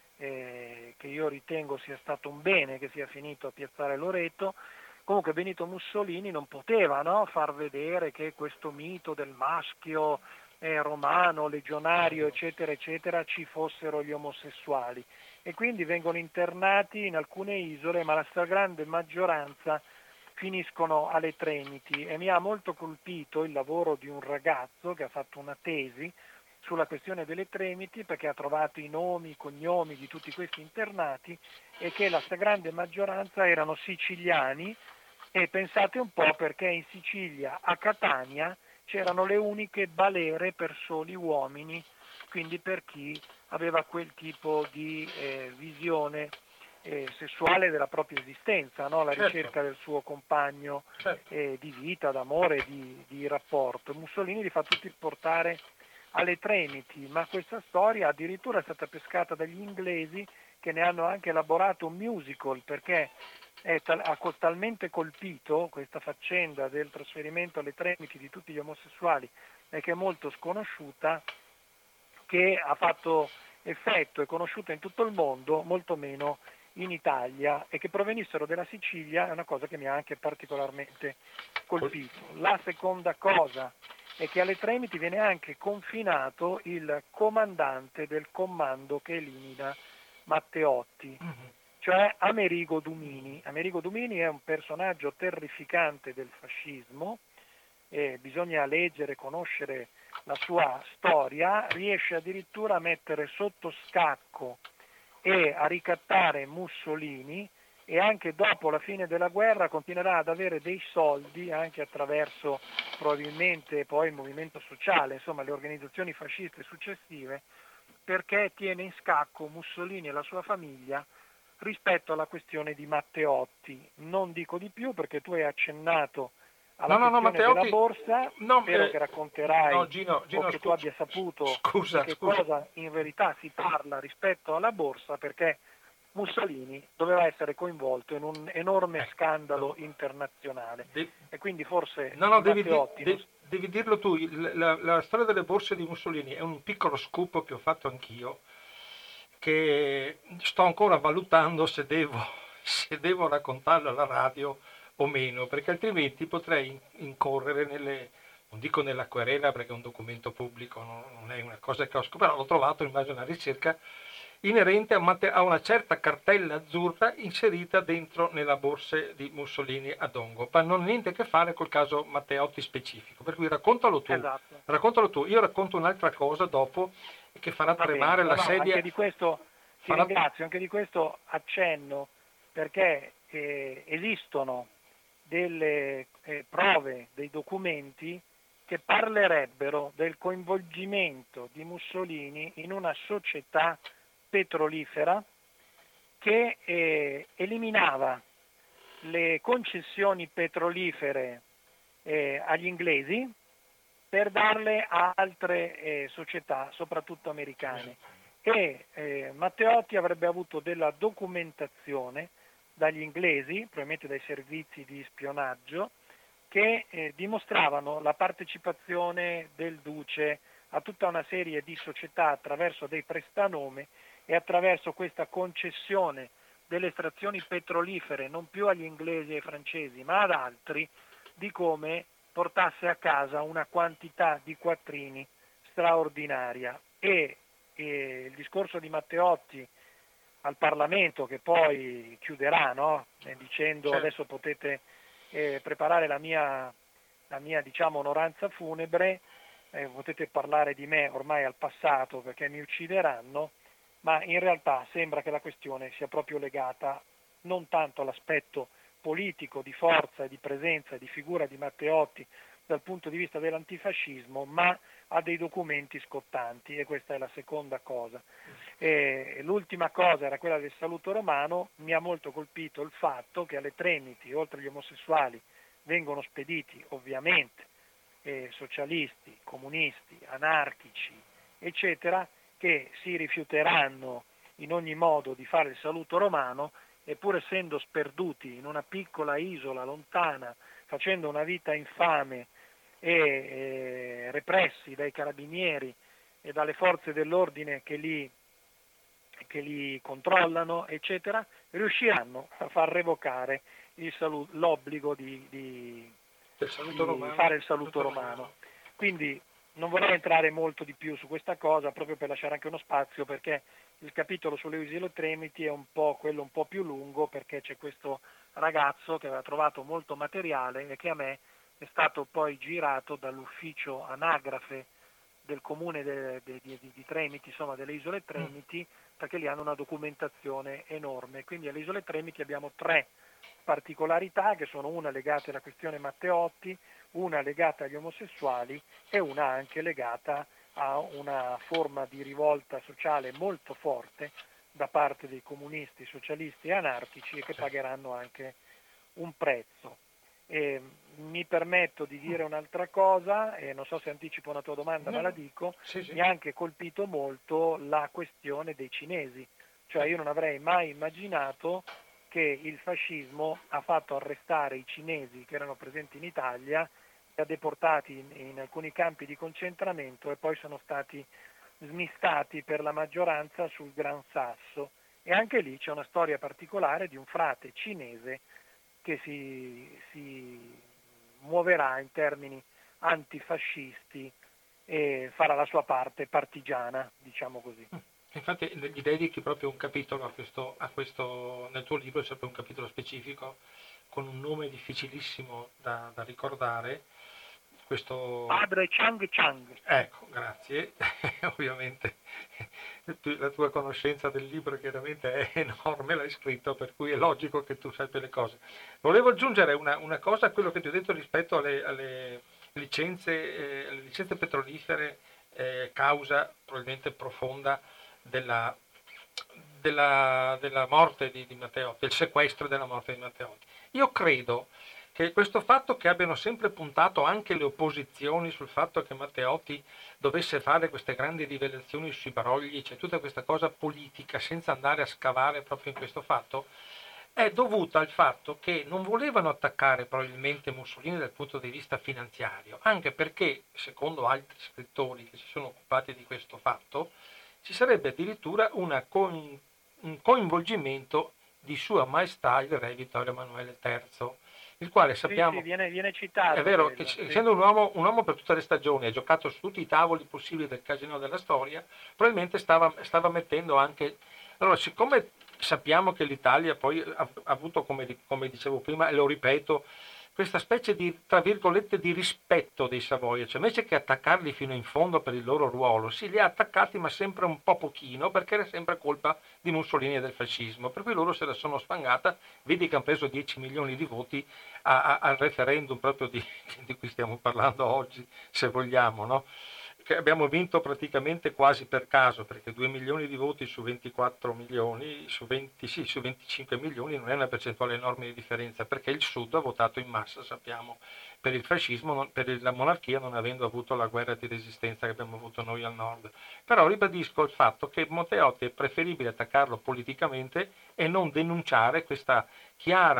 eh, che io ritengo sia stato un bene che sia finito a Piazzale Loreto, comunque Benito Mussolini non poteva, no, far vedere che questo mito del maschio eh, romano, legionario, eccetera, eccetera, ci fossero gli omosessuali. E quindi vengono internati in alcune isole, ma la stragrande maggioranza finiscono alle Tremiti. E mi ha molto colpito il lavoro di un ragazzo che ha fatto una tesi sulla questione delle Tremiti, perché ha trovato i nomi, i cognomi di tutti questi internati e che la stragrande maggioranza erano siciliani, e pensate un po' perché in Sicilia, a Catania, c'erano le uniche balere per soli uomini, quindi per chi aveva quel tipo di eh, visione eh, sessuale della propria esistenza, no? La Certo, ricerca del suo compagno certo. eh, di vita, d'amore, di, di rapporto. Mussolini li fa tutti portare alle Tremiti, ma questa storia addirittura è stata pescata dagli inglesi, che ne hanno anche elaborato un musical, perché è tal- ha talmente colpito questa faccenda del trasferimento alle Tremiti di tutti gli omosessuali e che è molto sconosciuta, che ha fatto effetto, è conosciuta in tutto il mondo, molto meno in Italia, e che provenissero dalla Sicilia è una cosa che mi ha anche particolarmente colpito. La seconda cosa è che alle Tremiti viene anche confinato il comandante del comando che elimina Matteotti, cioè Amerigo Dumini. Amerigo Dumini è un personaggio terrificante del fascismo, eh, bisogna leggere, conoscere la sua storia, riesce addirittura a mettere sotto scacco e a ricattare Mussolini, e anche dopo la fine della guerra continuerà ad avere dei soldi anche attraverso probabilmente poi il movimento sociale, insomma le organizzazioni fasciste successive, perché tiene in scacco Mussolini e la sua famiglia rispetto alla questione di Matteotti. Non dico di più perché tu hai accennato alla No, no, no, questione della Matteotti, borsa, no, spero eh, che no, racconterai Gino, o Gino, che tu scu- abbia saputo di scusa, che scusa. cosa in verità si parla rispetto alla borsa, perché Mussolini doveva essere coinvolto in un enorme Ecco, scandalo internazionale de- e quindi forse no, no, su devi, di- Matteotti non... de- devi dirlo tu. Il- La, la storia delle borse di Mussolini è un piccolo scoop che ho fatto anch'io, che sto ancora valutando se devo, se devo raccontarlo alla radio o meno, perché altrimenti potrei incorrere nelle, non dico nella querela perché è un documento pubblico, non, non è una cosa che ho scoperto, però l'ho trovato in base a una ricerca inerente a, mate- a una certa cartella azzurra inserita dentro nella borsa di Mussolini a Dongo, ma non ha niente a che fare col caso Matteotti specifico, per cui raccontalo tu, Esatto, raccontalo tu, io racconto un'altra cosa dopo che farà va bene. tremare No, la no, sedia, anche di questo ti farà... ringrazio, anche di questo accenno, perché eh, esistono delle eh, prove, dei documenti che parlerebbero del coinvolgimento di Mussolini in una società petrolifera che eh, eliminava le concessioni petrolifere eh, agli inglesi per darle a altre eh, società, soprattutto americane. E eh, Matteotti avrebbe avuto della documentazione dagli inglesi, probabilmente dai servizi di spionaggio, che eh, dimostravano la partecipazione del Duce a tutta una serie di società attraverso dei prestanome e attraverso questa concessione delle estrazioni petrolifere non più agli inglesi e ai francesi ma ad altri, di come portasse a casa una quantità di quattrini straordinaria. E, e il discorso di Matteotti al Parlamento, che poi chiuderà, no? Eh, dicendo Certo. adesso potete eh, preparare la mia, la mia diciamo, onoranza funebre, eh, potete parlare di me ormai al passato perché mi uccideranno, ma in realtà sembra che la questione sia proprio legata non tanto all'aspetto politico, di forza, di presenza, di figura di Matteotti dal punto di vista dell'antifascismo, ma a dei documenti scottanti, e questa è la seconda cosa. E l'ultima cosa era quella del saluto romano. Mi ha molto colpito il fatto che alle Tremiti, oltre agli omosessuali, vengono spediti ovviamente eh, socialisti, comunisti, anarchici, eccetera, che si rifiuteranno in ogni modo di fare il saluto romano, e pur essendo sperduti in una piccola isola lontana, facendo una vita infame e eh, repressi dai carabinieri e dalle forze dell'ordine che li, che li controllano, eccetera, riusciranno a far revocare il saluto, l'obbligo di, di, di fare il saluto romano. Quindi non vorrei entrare molto di più su questa cosa, proprio per lasciare anche uno spazio, perché il capitolo sulle isole Tremiti è un po' quello un po' più lungo, perché c'è questo ragazzo che aveva trovato molto materiale e che a me è stato poi girato dall'ufficio anagrafe del comune de, de, di, di Tremiti, insomma delle isole Tremiti, perché lì hanno una documentazione enorme. Quindi alle isole Tremiti abbiamo tre particolarità, che sono una legata alla questione Matteotti, una legata agli omosessuali e una anche legata a una forma di rivolta sociale molto forte da parte dei comunisti, socialisti e anarchici, e che pagheranno anche un prezzo. E mi permetto di dire un'altra cosa, e non so se anticipo una tua domanda, no, ma la dico. Sì, sì. Mi ha anche colpito molto la questione dei cinesi, cioè io non avrei mai immaginato che il fascismo ha fatto arrestare i cinesi che erano presenti in Italia, li ha deportati in, in alcuni campi di concentramento e poi sono stati smistati per la maggioranza sul Gran Sasso. E anche lì c'è una storia particolare di un frate cinese che si, si muoverà in termini antifascisti e farà la sua parte partigiana, diciamo così. Infatti gli dedichi proprio un capitolo a questo, a questo, nel tuo libro c'è proprio un capitolo specifico con un nome difficilissimo da, da ricordare. Questo... Padre Chang Chang. Ecco, grazie. Ovviamente la tua conoscenza del libro chiaramente è enorme, l'hai scritto, per cui è logico che tu sappia le cose. Volevo aggiungere una, una cosa a quello che ti ho detto rispetto alle, alle licenze, eh, alle licenze petrolifere, eh, causa probabilmente profonda della, della, della morte di, di Matteotti, del sequestro della morte di Matteotti. Io credo che questo fatto che abbiano sempre puntato anche le opposizioni sul fatto che Matteotti dovesse fare queste grandi rivelazioni sui brogli, c'è tutta questa cosa politica senza andare a scavare proprio in questo fatto, è dovuta al fatto che non volevano attaccare probabilmente Mussolini dal punto di vista finanziario, anche perché, secondo altri scrittori che si sono occupati di questo fatto, ci sarebbe addirittura una coin- un coinvolgimento di Sua Maestà il Re Vittorio Emanuele terzo, il quale sappiamo... Sì, sì, viene, viene citato. È vero quello, che sì. essendo un uomo, un uomo per tutte le stagioni, ha giocato su tutti i tavoli possibili del casino della storia, probabilmente stava, stava mettendo anche... Allora, siccome sappiamo che l'Italia poi ha avuto, come, come dicevo prima, e lo ripeto, questa specie di, tra virgolette, di rispetto dei Savoia, cioè invece che attaccarli fino in fondo per il loro ruolo, si li ha attaccati ma sempre un po' pochino, perché era sempre colpa di Mussolini e del fascismo, per cui loro se la sono sfangata, vedi che hanno preso dieci milioni di voti a, a, al referendum proprio di, di cui stiamo parlando oggi, se vogliamo, no? Che abbiamo vinto praticamente quasi per caso, perché due milioni di voti su ventiquattro milioni, su, venti, sì, su venticinque milioni non è una percentuale enorme di differenza, perché il Sud ha votato in massa, sappiamo, per il fascismo, per la monarchia, non avendo avuto la guerra di resistenza che abbiamo avuto noi al nord. Però ribadisco il fatto che Matteotti è preferibile attaccarlo politicamente e non denunciare questa chiara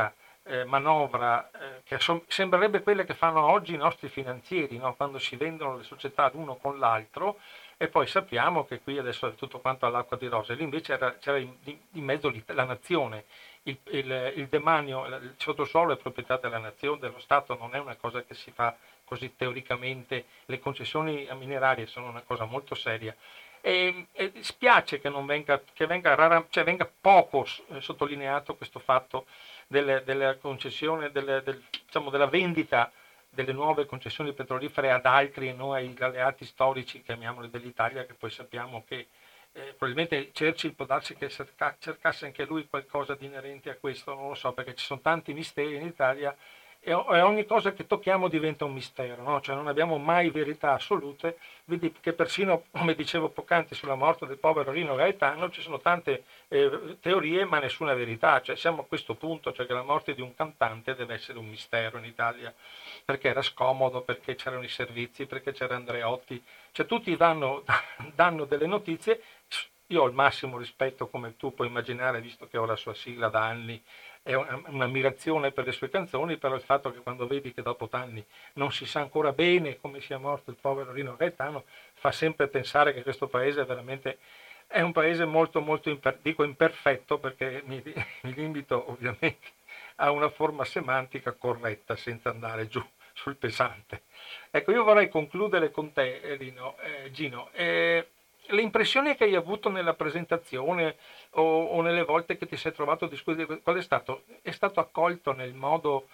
eh, manovra eh, che so- sembrerebbe quelle che fanno oggi i nostri finanzieri, no? Quando si vendono le società l'uno con l'altro e poi sappiamo che qui adesso è tutto quanto all'acqua di rose, lì invece era- c'era in, in- in mezzo l'It- la nazione, il, il- il demanio, il sottosuolo è proprietà della nazione, dello Stato, non è una cosa che si fa così teoricamente, le concessioni minerarie sono una cosa molto seria. E, e spiace che non venga, che venga, rara, cioè venga poco eh, sottolineato questo fatto delle- della concessione, delle- del- diciamo, della vendita delle nuove concessioni petrolifere ad altri e non ai alleati storici, chiamiamoli, dell'Italia, che poi sappiamo che eh, probabilmente Churchill può darsi che cerca- cercasse anche lui qualcosa di inerente a questo, non lo so, perché ci sono tanti misteri in Italia e, e ogni cosa che tocchiamo diventa un mistero, no? Cioè non abbiamo mai verità assolute, vedi che persino, come dicevo poc'anzi, sulla morte del povero Rino Gaetano ci sono tante eh, teorie ma nessuna verità, cioè siamo a questo punto, cioè che la morte di un cantante deve essere un mistero in Italia, perché era scomodo, perché c'erano i servizi, perché c'era Andreotti, cioè tutti danno, danno delle notizie, io ho il massimo rispetto, come tu puoi immaginare, visto che ho la sua sigla da anni, è un'ammirazione per le sue canzoni, però il fatto che quando vedi che dopo anni non si sa ancora bene come sia morto il povero Rino Gaetano, fa sempre pensare che questo paese è veramente è un paese molto molto imper- dico imperfetto perché mi, mi limito ovviamente a una forma semantica corretta senza andare giù sul pesante. Ecco, io vorrei concludere con te, eh, Rino, eh, Gino. Eh, le impressioni che hai avuto nella presentazione o, o nelle volte che ti sei trovato a discutere, qual è stato? È stato accolto nel modo,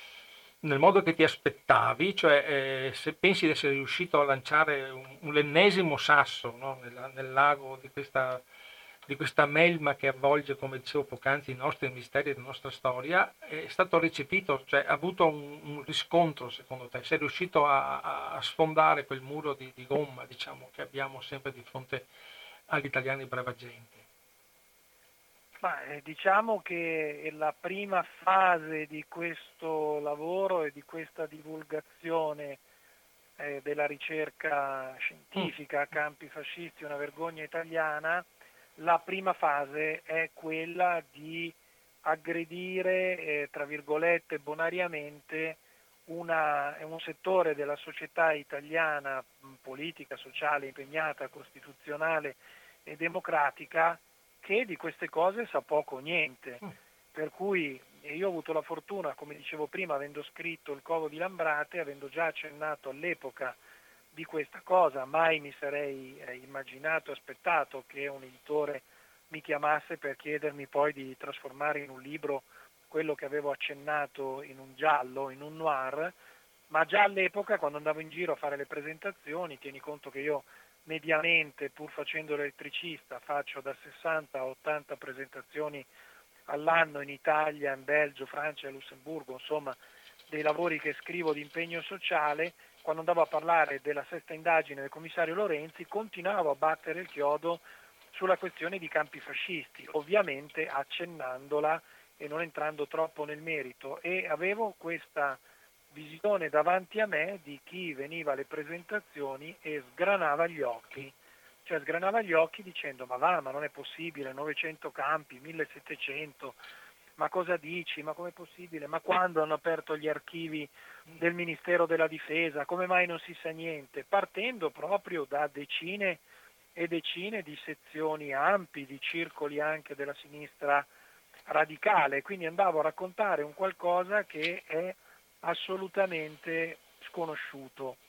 nel modo che ti aspettavi? Cioè, eh, se pensi di essere riuscito a lanciare un, un ennesimo sasso, no? Nella- nel lago di questa, di questa melma che avvolge, come dicevo poc'anzi, i nostri misteri e la nostra storia, è stato recepito, cioè ha avuto un, un riscontro secondo te? Sei riuscito a, a- a sfondare quel muro di, di gomma, diciamo, che abbiamo sempre di fronte agli italiani brava gente? Ma eh, diciamo che la prima fase di questo lavoro e di questa divulgazione eh, della ricerca Mm, scientifica a campi fascisti, una vergogna italiana, la prima fase è quella di aggredire, eh, tra virgolette, bonariamente una, un settore della società italiana, mh, politica, sociale, impegnata, costituzionale e democratica, che di queste cose sa poco o niente. mm, Per cui e io ho avuto la fortuna, come dicevo prima, avendo scritto Il covo di Lambrate, avendo già accennato all'epoca di questa cosa, mai mi sarei eh, immaginato, aspettato che un editore mi chiamasse per chiedermi poi di trasformare in un libro quello che avevo accennato in un giallo, in un noir, ma già all'epoca quando andavo in giro a fare le presentazioni, tieni conto che io mediamente, pur facendo l'elettricista, faccio da sessanta a ottanta presentazioni all'anno in Italia, in Belgio, Francia e Lussemburgo, insomma dei lavori che scrivo di impegno sociale, quando andavo a parlare della sesta indagine del commissario Lorenzi continuavo a battere il chiodo sulla questione di campi fascisti, ovviamente accennandola e non entrando troppo nel merito, e avevo questa visione davanti a me di chi veniva alle presentazioni e sgranava gli occhi, cioè sgranava gli occhi dicendo ma va, ma non è possibile, novecento campi, millesettecento, ma cosa dici, ma com'è possibile, ma quando hanno aperto gli archivi del Ministero della Difesa, come mai non si sa niente, partendo proprio da decine e decine di sezioni ampi, di circoli anche della sinistra radicale, quindi andavo a raccontare un qualcosa che è assolutamente sconosciuto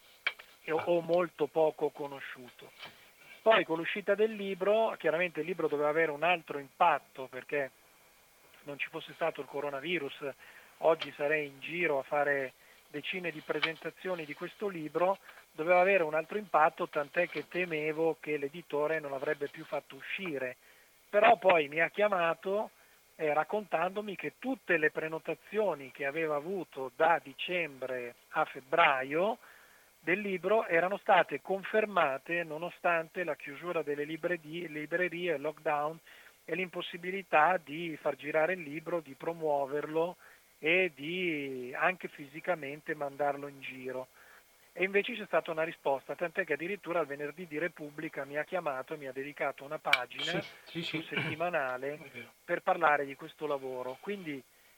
o molto poco conosciuto. Poi con l'uscita del libro, chiaramente il libro doveva avere un altro impatto perché non ci fosse stato il coronavirus, oggi sarei in giro a fare decine di presentazioni di questo libro, doveva avere un altro impatto, tant'è che temevo che l'editore non l'avrebbe più fatto uscire. Però poi mi ha chiamato eh, raccontandomi che tutte le prenotazioni che aveva avuto da dicembre a febbraio del libro erano state confermate nonostante la chiusura delle librerie, librerie, il lockdown e l'impossibilità di far girare il libro, di promuoverlo e di anche fisicamente mandarlo in giro. E invece c'è stata una risposta, tant'è che addirittura il venerdì di Repubblica mi ha chiamato e mi ha dedicato una sì, pagina sì, sul sì, settimanale è vero. per parlare di questo lavoro. Quindi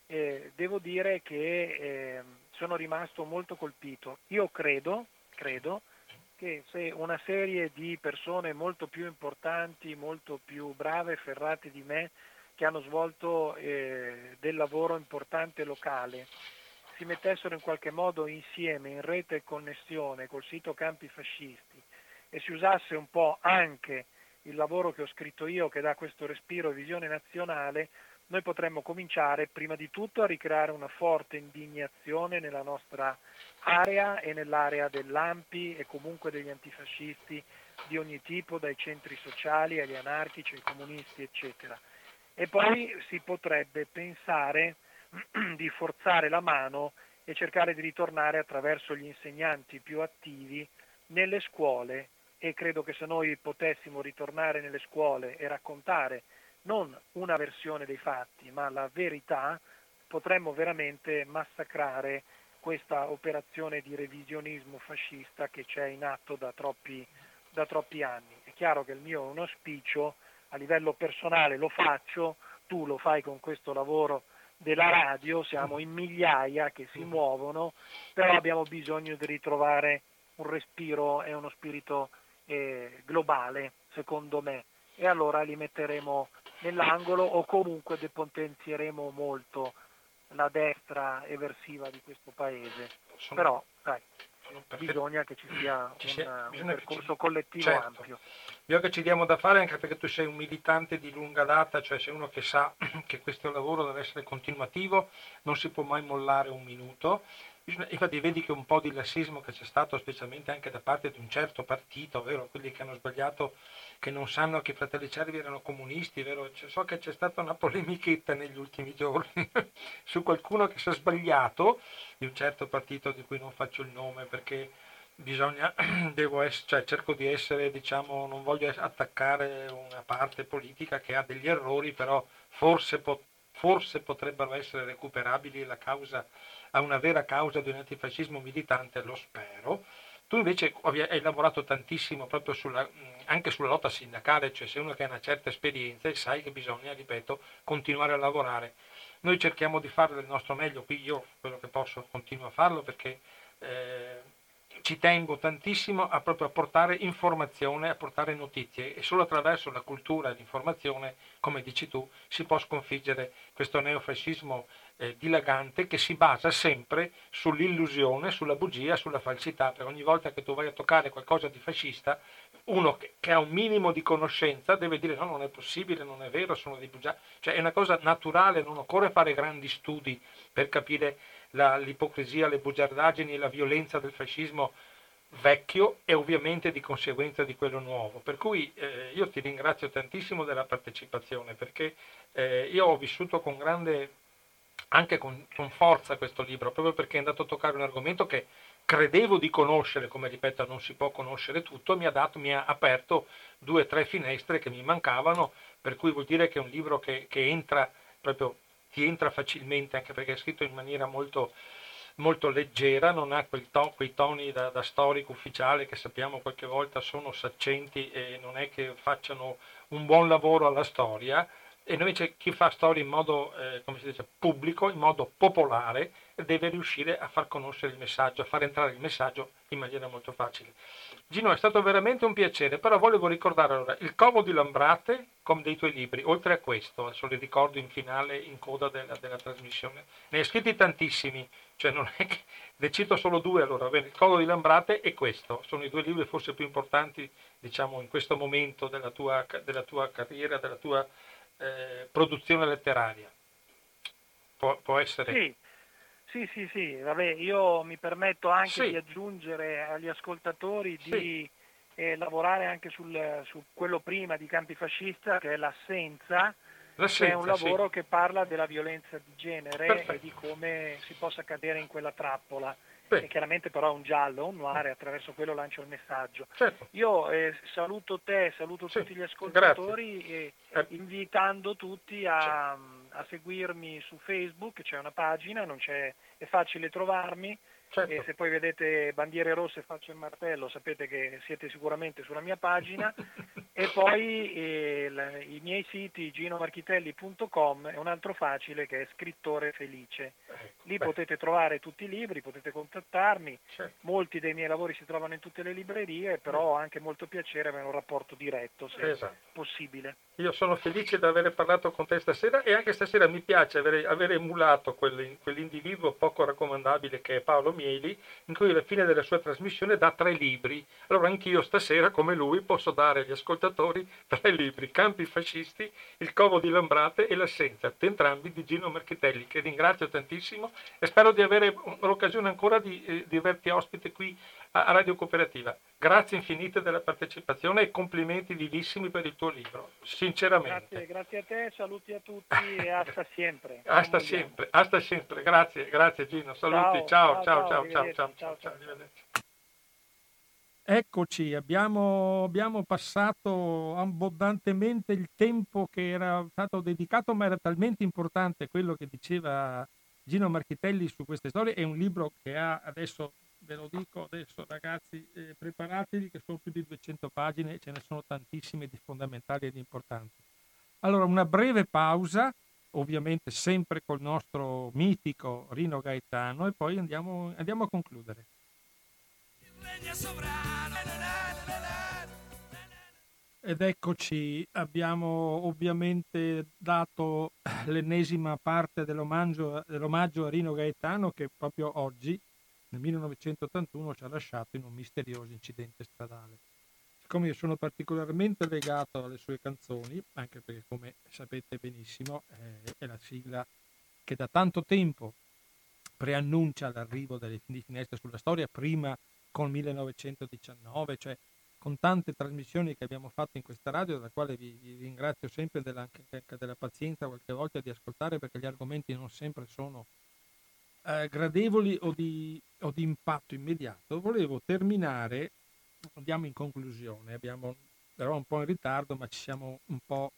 eh, devo dire che eh, sono rimasto molto colpito. Io credo, credo che se una serie di persone molto più importanti, molto più brave e ferrate di me, che hanno svolto eh, del lavoro importante locale, si mettessero in qualche modo insieme, in rete e connessione col sito Campi Fascisti, e si usasse un po' anche il lavoro che ho scritto io, che dà questo respiro e visione nazionale, noi potremmo cominciare prima di tutto a ricreare una forte indignazione nella nostra area e nell'area dell'A M P I e comunque degli antifascisti di ogni tipo, dai centri sociali agli anarchici, ai comunisti, eccetera. E poi si potrebbe pensare di forzare la mano e cercare di ritornare attraverso gli insegnanti più attivi nelle scuole, e credo che se noi potessimo ritornare nelle scuole e raccontare non una versione dei fatti ma la verità, potremmo veramente massacrare questa operazione di revisionismo fascista che c'è in atto da troppi, da troppi anni. È chiaro che il mio è un auspicio, a livello personale lo faccio, tu lo fai con questo lavoro della radio, siamo in migliaia che si muovono, però abbiamo bisogno di ritrovare un respiro e uno spirito eh, globale, secondo me, e allora li metteremo nell'angolo o comunque depotenzieremo molto la destra eversiva di questo paese. Sono, però sai, sono bisogna che ci sia, ci sia una, bisogna un che percorso ci, collettivo certo. ampio. Io che ci diamo da fare, anche perché tu sei un militante di lunga data, cioè sei uno che sa che questo lavoro deve essere continuativo, non si può mai mollare un minuto. Infatti vedi che un po' di lassismo che c'è stato, specialmente anche da parte di un certo partito, vero? Quelli che hanno sbagliato, che non sanno che i Fratelli Cervi erano comunisti, vero? Cioè, so che c'è stata una polemichetta negli ultimi giorni su qualcuno che si è sbagliato di un certo partito di cui non faccio il nome perché bisogna, devo essere, cioè cerco di essere, diciamo, non voglio attaccare una parte politica che ha degli errori, però forse, po- forse potrebbero essere recuperabili la causa, a una vera causa di un antifascismo militante, lo spero. Tu invece hai lavorato tantissimo proprio sulla, anche sulla lotta sindacale, cioè sei uno che ha una certa esperienza e sai che bisogna, ripeto, continuare a lavorare. Noi cerchiamo di fare del nostro meglio, qui io quello che posso continuo a farlo perché eh, ci tengo tantissimo a proprio a portare informazione, a portare notizie e solo attraverso la cultura e l'informazione, come dici tu, si può sconfiggere questo neofascismo eh, dilagante che si basa sempre sull'illusione, sulla bugia, sulla falsità. Per ogni volta che tu vai a toccare qualcosa di fascista, uno che, che ha un minimo di conoscenza deve dire no, non è possibile, non è vero, sono dei bugiardi. Cioè è una cosa naturale, non occorre fare grandi studi per capire la, l'ipocrisia, le bugiardaggini e la violenza del fascismo vecchio e ovviamente di conseguenza di quello nuovo. Per cui eh, io ti ringrazio tantissimo della partecipazione perché eh, io ho vissuto con grande, anche con, con forza questo libro, proprio perché è andato a toccare un argomento che credevo di conoscere, come ripeto non si può conoscere tutto, e mi ha, dato, mi ha aperto due o tre finestre che mi mancavano, per cui vuol dire che è un libro che, che entra proprio, ti entra facilmente, anche perché è scritto in maniera molto, molto leggera, non ha quel to, quei toni da, da storico ufficiale che sappiamo qualche volta sono saccenti e non è che facciano un buon lavoro alla storia, e invece chi fa storia in modo, eh, come si dice, pubblico, in modo popolare, deve riuscire a far conoscere il messaggio, a far entrare il messaggio in maniera molto facile. Gino, è stato veramente un piacere, però volevo ricordare allora il Covo di Lambrate come dei tuoi libri, oltre a questo, adesso li ricordo in finale, in coda della, della trasmissione. Ne hai scritti tantissimi, cioè non è che ne cito solo due allora, bene, il Covo di Lambrate e questo, sono i due libri forse più importanti, diciamo, in questo momento della tua, della tua carriera, della tua eh, produzione letteraria. Può, può essere? Sì. Sì, sì, sì, vabbè, io mi permetto anche Sì. di aggiungere agli ascoltatori Sì. di eh, lavorare anche sul, su quello prima di Campi Fascista, che è l'assenza, L'assenza, che è un lavoro sì. che parla della violenza di genere. Perfetto. E di come si possa cadere in quella trappola. Beh. E chiaramente però è un giallo, un noir, e attraverso quello lancio il messaggio. Certo. Io eh, saluto te, saluto sì. tutti gli ascoltatori Grazie. e Eh. invitando tutti a, a seguirmi su Facebook, c'è una pagina, non c'è, è facile trovarmi. Certo. E se poi vedete bandiere rosse e faccio il martello sapete che siete sicuramente sulla mia pagina. E poi eh, la, i miei siti gino marchitelli punto com e un altro facile che è Scrittore Felice. Ecco, Lì beh, potete trovare tutti i libri, potete contattarmi. certo. Molti dei miei lavori si trovano in tutte le librerie, però ho anche molto piacere avere un rapporto diretto, se Esatto. possibile. Io sono felice di aver parlato con te stasera e anche stasera mi piace avere, avere emulato quel- quell'individuo poco raccomandabile che è Paolo Mieli, in cui alla fine della sua trasmissione dà tre libri. Allora anch'io stasera, come lui, posso dare agli ascoltatori tre libri: Campi fascisti, Il covo di Lambrate e L'assenza, entrambi di Gino Marchitelli, che ringrazio tantissimo e spero di avere l'occasione ancora di, eh, di averti ospite qui a, a Radio Cooperativa. Grazie infinite della partecipazione e complimenti vivissimi per il tuo libro, sinceramente. Grazie, grazie a te, saluti a tutti e hasta sempre. Hasta Comuniamo. sempre, hasta sempre. Grazie, grazie Gino. Saluti. Ciao, Ciao, ciao, ciao, ciao, ciao, ciao, ciao, arrivederci, ciao, ciao, ciao, ciao, ciao. arrivederci. Eccoci, abbiamo, abbiamo passato abbondantemente il tempo che era stato dedicato, ma era talmente importante quello che diceva Gino Marchitelli su queste storie. È un libro che ha, adesso ve lo dico adesso ragazzi, eh, preparatevi che sono più di duecento pagine e ce ne sono tantissime di fondamentali ed importanti. Allora, una breve pausa, ovviamente sempre col nostro mitico Rino Gaetano, e poi andiamo, andiamo a concludere. Ed eccoci, abbiamo ovviamente dato l'ennesima parte dell'omaggio, dell'omaggio a Rino Gaetano, che proprio oggi, nel millenovecentottantuno, ci ha lasciato in un misterioso incidente stradale. Siccome io sono particolarmente legato alle sue canzoni, anche perché, come sapete benissimo, eh, è la sigla che da tanto tempo preannuncia l'arrivo delle di Finestre sulla Storia, prima col millenovecentodiciannove, cioè con tante trasmissioni che abbiamo fatto in questa radio, dalla quale vi, vi ringrazio sempre della, anche della pazienza qualche volta di ascoltare, perché gli argomenti non sempre sono eh, gradevoli o di, o di impatto immediato. Volevo terminare, andiamo in conclusione, abbiamo, eravamo un po' in ritardo, ma ci siamo un po'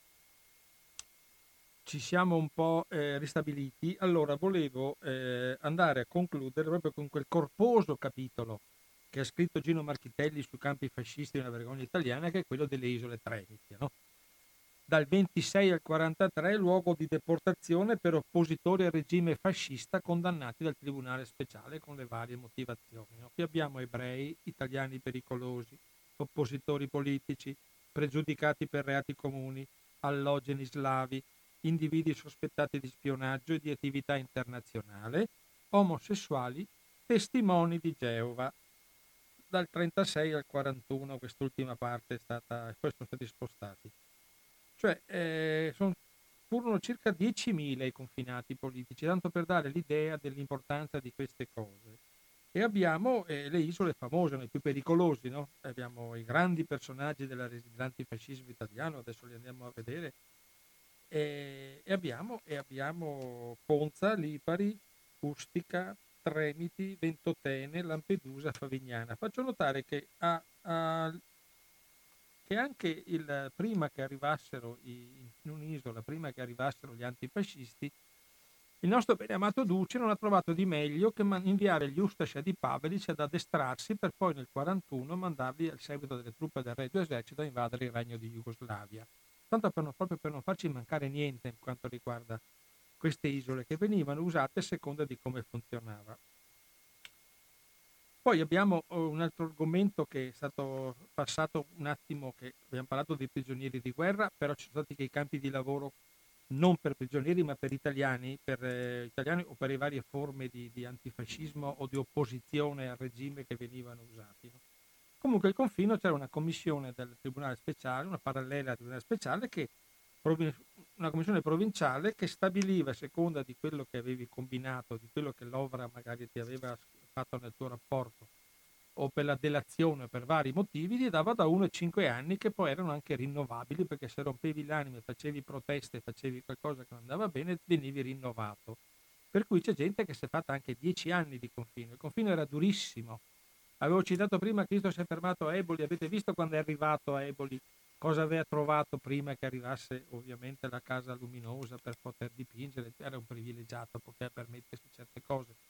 ci siamo un po' eh, ristabiliti. Allora volevo eh, andare a concludere proprio con quel corposo capitolo che ha scritto Gino Marchitelli sui campi fascisti di una vergogna italiana, che è quello delle isole Tremiti, no? Dal ventisei al quarantatré, luogo di deportazione per oppositori al regime fascista condannati dal Tribunale Speciale con le varie motivazioni, no? Qui abbiamo ebrei, italiani pericolosi, oppositori politici, pregiudicati per reati comuni, allogeni slavi, individui sospettati di spionaggio e di attività internazionale, omosessuali, testimoni di Geova. Dal trentasei al quarantuno quest'ultima parte è stata, poi sono stati spostati. Cioè eh, son, furono circa diecimila i confinati politici, tanto per dare l'idea dell'importanza di queste cose. E abbiamo eh, le isole famose, i più pericolosi, no? Abbiamo i grandi personaggi della, dell'antifascismo italiano, adesso li andiamo a vedere, e, e, abbiamo, e abbiamo Ponza, Lipari, Ustica, Tremiti, Ventotene, Lampedusa, Favignana. Faccio notare che, a, a, che anche il, prima che arrivassero i, in un'isola, prima che arrivassero gli antifascisti, il nostro beneamato Duce non ha trovato di meglio che man- inviare gli Ustascia di Pavelic ad addestrarsi, per poi nel quarantuno mandarli al seguito delle truppe del Regio Esercito a invadere il Regno di Jugoslavia. Tanto per non, proprio per non farci mancare niente in quanto riguarda queste isole, che venivano usate a seconda di come funzionava. Poi abbiamo un altro argomento che è stato passato un attimo, che abbiamo parlato dei prigionieri di guerra, però ci sono stati che i campi di lavoro non per prigionieri ma per italiani, per eh, italiani o per le varie forme di, di antifascismo o di opposizione al regime che venivano usati, no? Comunque al confino c'era una commissione del Tribunale Speciale, una parallela al Tribunale Speciale, che una commissione provinciale che stabiliva, a seconda di quello che avevi combinato, di quello che l'Ovra magari ti aveva fatto nel tuo rapporto, o per la delazione per vari motivi, gli dava da uno a cinque anni, che poi erano anche rinnovabili, perché se rompevi l'anima, facevi proteste, facevi qualcosa che non andava bene, venivi rinnovato. Per cui c'è gente che si è fatta anche dieci anni di confino. Il confino era durissimo. Avevo citato prima Cristo si è fermato a Eboli. Avete visto quando è arrivato a Eboli cosa aveva trovato prima che arrivasse ovviamente la casa luminosa per poter dipingere? Era un privilegiato, poteva permettersi certe cose.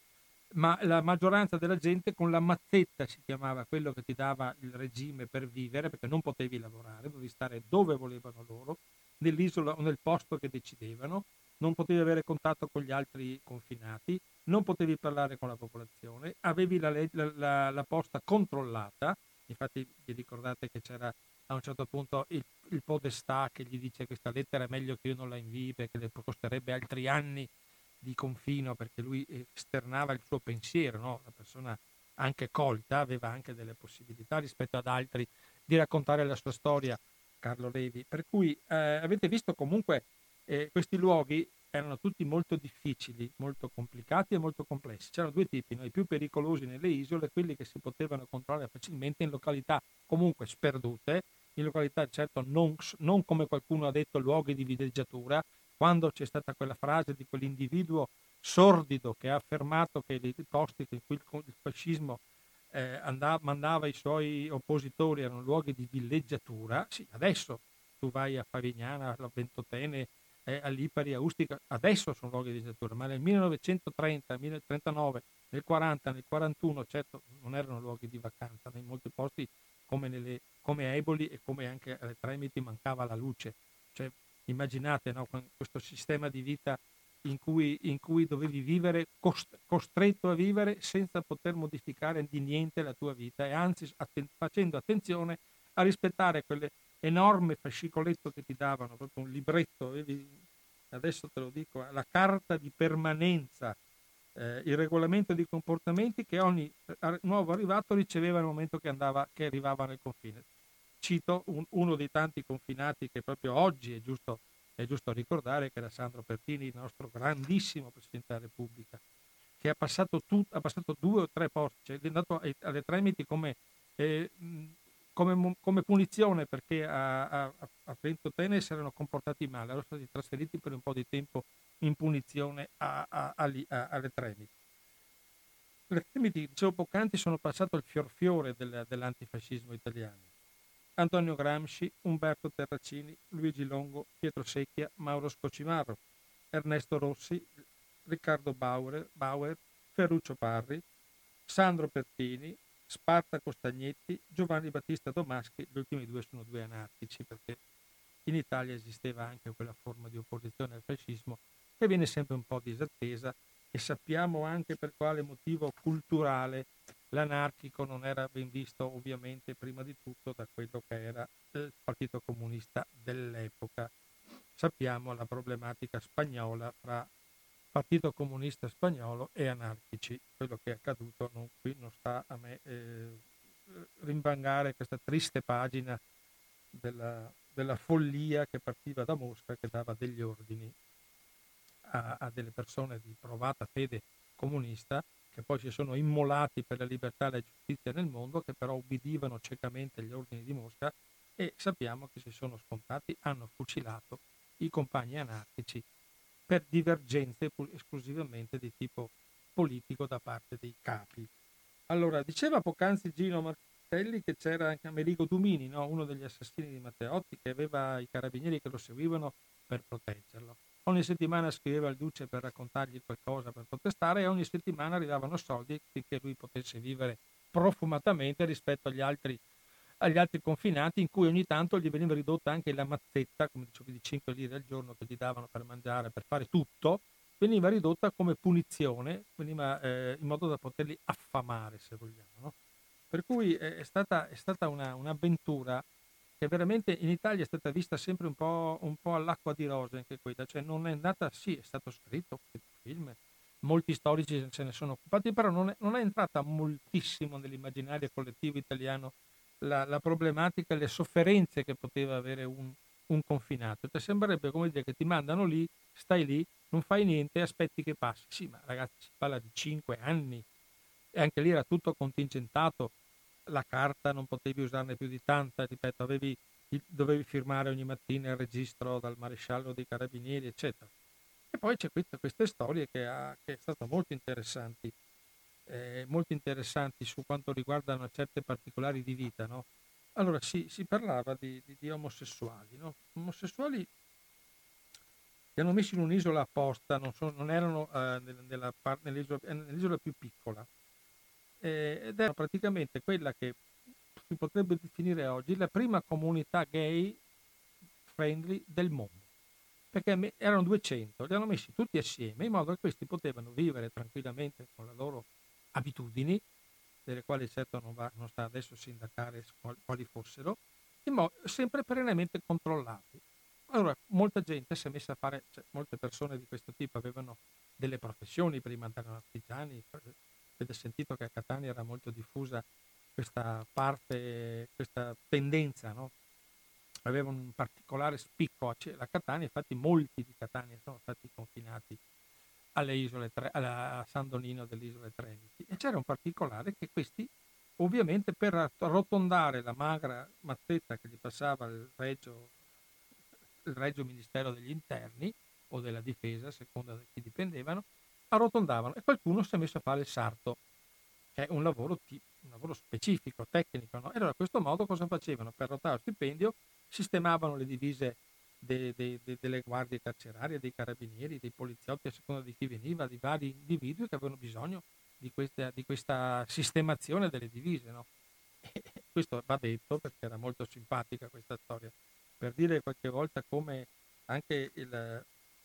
ma la maggioranza della gente con la mazzetta, si chiamava quello che ti dava il regime per vivere, perché non potevi lavorare, dovevi stare dove volevano loro, nell'isola o nel posto che decidevano, non potevi avere contatto con gli altri confinati, non potevi parlare con la popolazione, avevi la, leg- la, la, la posta controllata. Infatti vi ricordate che c'era a un certo punto il, il podestà che gli dice: questa lettera è meglio che io non la invii perché le costerebbe altri anni di confino, perché lui esternava il suo pensiero, no? Una persona anche colta, aveva anche delle possibilità rispetto ad altri di raccontare la sua storia, Carlo Levi. Per cui eh, avete visto comunque eh, questi luoghi erano tutti molto difficili, molto complicati e molto complessi. C'erano due tipi, no? I più pericolosi nelle isole, quelli che si potevano controllare facilmente in località comunque sperdute, in località certo non, non come qualcuno ha detto luoghi di villeggiatura, quando c'è stata quella frase di quell'individuo sordido che ha affermato che i posti in cui il fascismo eh, andava, mandava i suoi oppositori erano luoghi di villeggiatura. Sì, adesso tu vai a Favignana, a Ventotene, eh, a Lipari, a Ustica, adesso sono luoghi di villeggiatura, ma nel millenovecentotrenta, nel trentanove, nel quaranta, nel quarantuno, certo non erano luoghi di vacanza, in molti posti come, nelle, come Eboli e come anche alle Tremiti mancava la luce. Cioè, immaginate, no, questo sistema di vita in cui, in cui dovevi vivere, cost- costretto a vivere senza poter modificare di niente la tua vita e anzi atten- facendo attenzione a rispettare quelle enorme fascicoletto che ti davano, proprio un libretto, avevi, adesso te lo dico, la carta di permanenza, eh, il regolamento di comportamenti che ogni nuovo arrivato riceveva nel momento che, andava, che arrivava nel confine. Cito un, uno dei tanti confinati che proprio oggi è giusto, è giusto ricordare, che era Sandro Pertini, il nostro grandissimo Presidente della Repubblica, che ha passato, tu, ha passato due o tre posti, cioè è andato alle Tremiti come, eh, come, come punizione perché a, a, a Ventotene si erano comportati male, erano stati trasferiti per un po' di tempo in punizione a, a, a, a, alle Tremiti. Le Tremiti, dicevo poc'anzi, sono passato il fior fiore del, dell'antifascismo italiano. Antonio Gramsci, Umberto Terracini, Luigi Longo, Pietro Secchia, Mauro Scocimarro, Ernesto Rossi, Riccardo Bauer, Bauer, Ferruccio Parri, Sandro Pertini, Spartaco Stagnetti, Giovanni Battista Domaschi. Gli ultimi due sono due anarchici, perché in Italia esisteva anche quella forma di opposizione al fascismo che viene sempre un po' disattesa, e sappiamo anche per quale motivo culturale l'anarchico non era ben visto, ovviamente prima di tutto da quello che era il Partito Comunista dell'epoca. Sappiamo la problematica spagnola fra Partito Comunista spagnolo e anarchici. Quello che è accaduto non, qui non sta a me eh, rimbangare questa triste pagina della, della follia che partiva da Mosca, che dava degli ordini a, a delle persone di provata fede comunista, che poi si sono immolati per la libertà e la giustizia nel mondo, che però ubbidivano ciecamente agli ordini di Mosca, e sappiamo che si sono scontati, hanno fucilato i compagni anarchici per divergenze esclusivamente di tipo politico da parte dei capi. Allora, diceva poc'anzi Gino Martelli che c'era anche Amerigo Dumini, no? Uno degli assassini di Matteotti, che aveva i carabinieri che lo seguivano per proteggerlo. Ogni settimana scriveva al Duce per raccontargli qualcosa, per protestare, e ogni settimana arrivavano soldi finché lui potesse vivere profumatamente rispetto agli altri, agli altri confinati, in cui ogni tanto gli veniva ridotta anche la mazzetta, come dicevo, di cinque lire al giorno che gli davano per mangiare, per fare tutto, veniva ridotta come punizione, veniva, eh, in modo da poterli affamare, se vogliamo. No? Per cui è, è stata, è stata una, un'avventura che veramente in Italia è stata vista sempre un po', un po' all'acqua di rose, anche quella, cioè non è andata, sì, è stato scritto un film, molti storici se ne sono occupati, però non è, non è entrata moltissimo nell'immaginario collettivo italiano la, la problematica e le sofferenze che poteva avere un, un confinato. Cioè, sembrerebbe come dire che ti mandano lì, stai lì, non fai niente e aspetti che passi. Sì, ma ragazzi, si parla di cinque anni e anche lì era tutto contingentato. La carta non potevi usarne più di tanta, ripeto, avevi, dovevi firmare ogni mattina il registro dal maresciallo dei carabinieri, eccetera. E poi c'è questa, queste storie che, ha, che è stato molto interessanti, eh, molto interessanti su quanto riguardano certe particolari di vita, no? Allora si, si parlava di, di, di omosessuali, no? Omosessuali li hanno messi in un'isola apposta, non, so, non erano eh, nella, nell'isola, nell'isola più piccola, eh, ed era praticamente quella che si potrebbe definire oggi la prima comunità gay friendly del mondo, perché erano duecento, li hanno messi tutti assieme in modo che questi potevano vivere tranquillamente con le loro abitudini, delle quali certo non, va, non sta adesso a sindacare quali fossero, in modo sempre perennemente controllati. Allora, molta gente si è messa a fare, cioè, molte persone di questo tipo avevano delle professioni prima, erano artigiani. Avete sentito che a Catania era molto diffusa questa parte, questa tendenza, no? Avevano un particolare spicco la Catania, infatti molti di Catania sono stati confinati alle isole, alla, a San Donino delle isole Tremiti, e c'era un particolare che questi ovviamente per arrotondare la magra mazzetta che gli passava il regio, il regio Ministero degli Interni o della Difesa, a seconda da chi dipendevano, arrotondavano, e qualcuno si è messo a fare il sarto, che è un lavoro, un lavoro specifico, tecnico, no? E allora a questo modo cosa facevano? Per rotare lo stipendio sistemavano le divise de, de, de, delle guardie carcerarie, dei carabinieri, dei poliziotti, a seconda di chi veniva, di vari individui che avevano bisogno di questa, di questa sistemazione delle divise, no? E questo va detto perché era molto simpatica questa storia, per dire qualche volta come anche il,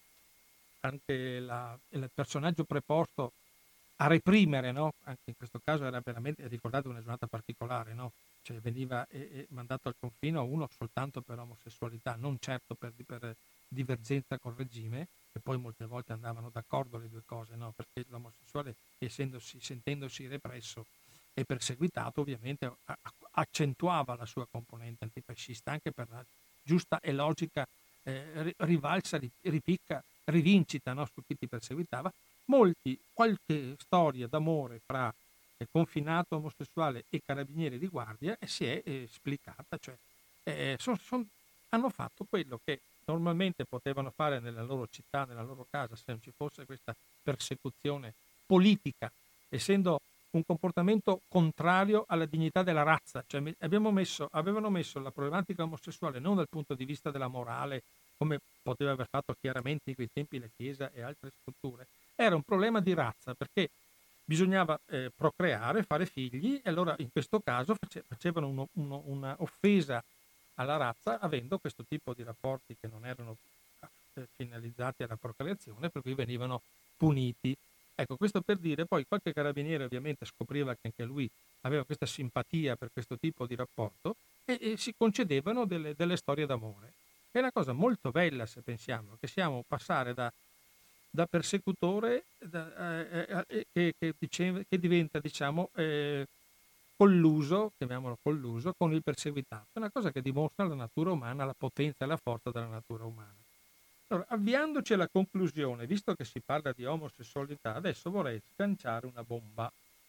anche la, il personaggio preposto a reprimere, no? Anche in questo caso era veramente, ricordate, una giornata particolare, no? Cioè veniva e, e mandato al confino uno soltanto per omosessualità, non certo per, per divergenza col regime, e poi molte volte andavano d'accordo le due cose, no? Perché l'omosessuale, essendosi, sentendosi represso e perseguitato, ovviamente a, a, accentuava la sua componente antifascista, anche per la giusta e logica eh, rivalsa, ripicca, rivincita, no? Su chi ti perseguitava. Molti, qualche storia d'amore fra eh, confinato omosessuale e carabinieri di guardia eh, si è eh, esplicata, cioè eh, son, son, hanno fatto quello che normalmente potevano fare nella loro città, nella loro casa, se non ci fosse questa persecuzione politica, essendo un comportamento contrario alla dignità della razza. Cioè abbiamo messo, avevano messo la problematica omosessuale non dal punto di vista della morale, come poteva aver fatto chiaramente in quei tempi la Chiesa e altre strutture. Era un problema di razza, perché bisognava eh, procreare, fare figli, e allora in questo caso face, facevano uno, uno, una offesa alla razza avendo questo tipo di rapporti che non erano eh, finalizzati alla procreazione, per cui venivano puniti. Ecco, questo per dire, poi qualche carabiniere ovviamente scopriva che anche lui aveva questa simpatia per questo tipo di rapporto e, e si concedevano delle, delle storie d'amore. È una cosa molto bella, se pensiamo, che siamo passare da da persecutore da, eh, eh, che, che, dice, che diventa, diciamo, eh, colluso, chiamiamolo colluso, con il perseguitato. È una cosa che dimostra la natura umana, la potenza e la forza della natura umana. Allora, avviandoci alla conclusione, visto che si parla di omosessualità, adesso vorrei sganciare una bomba.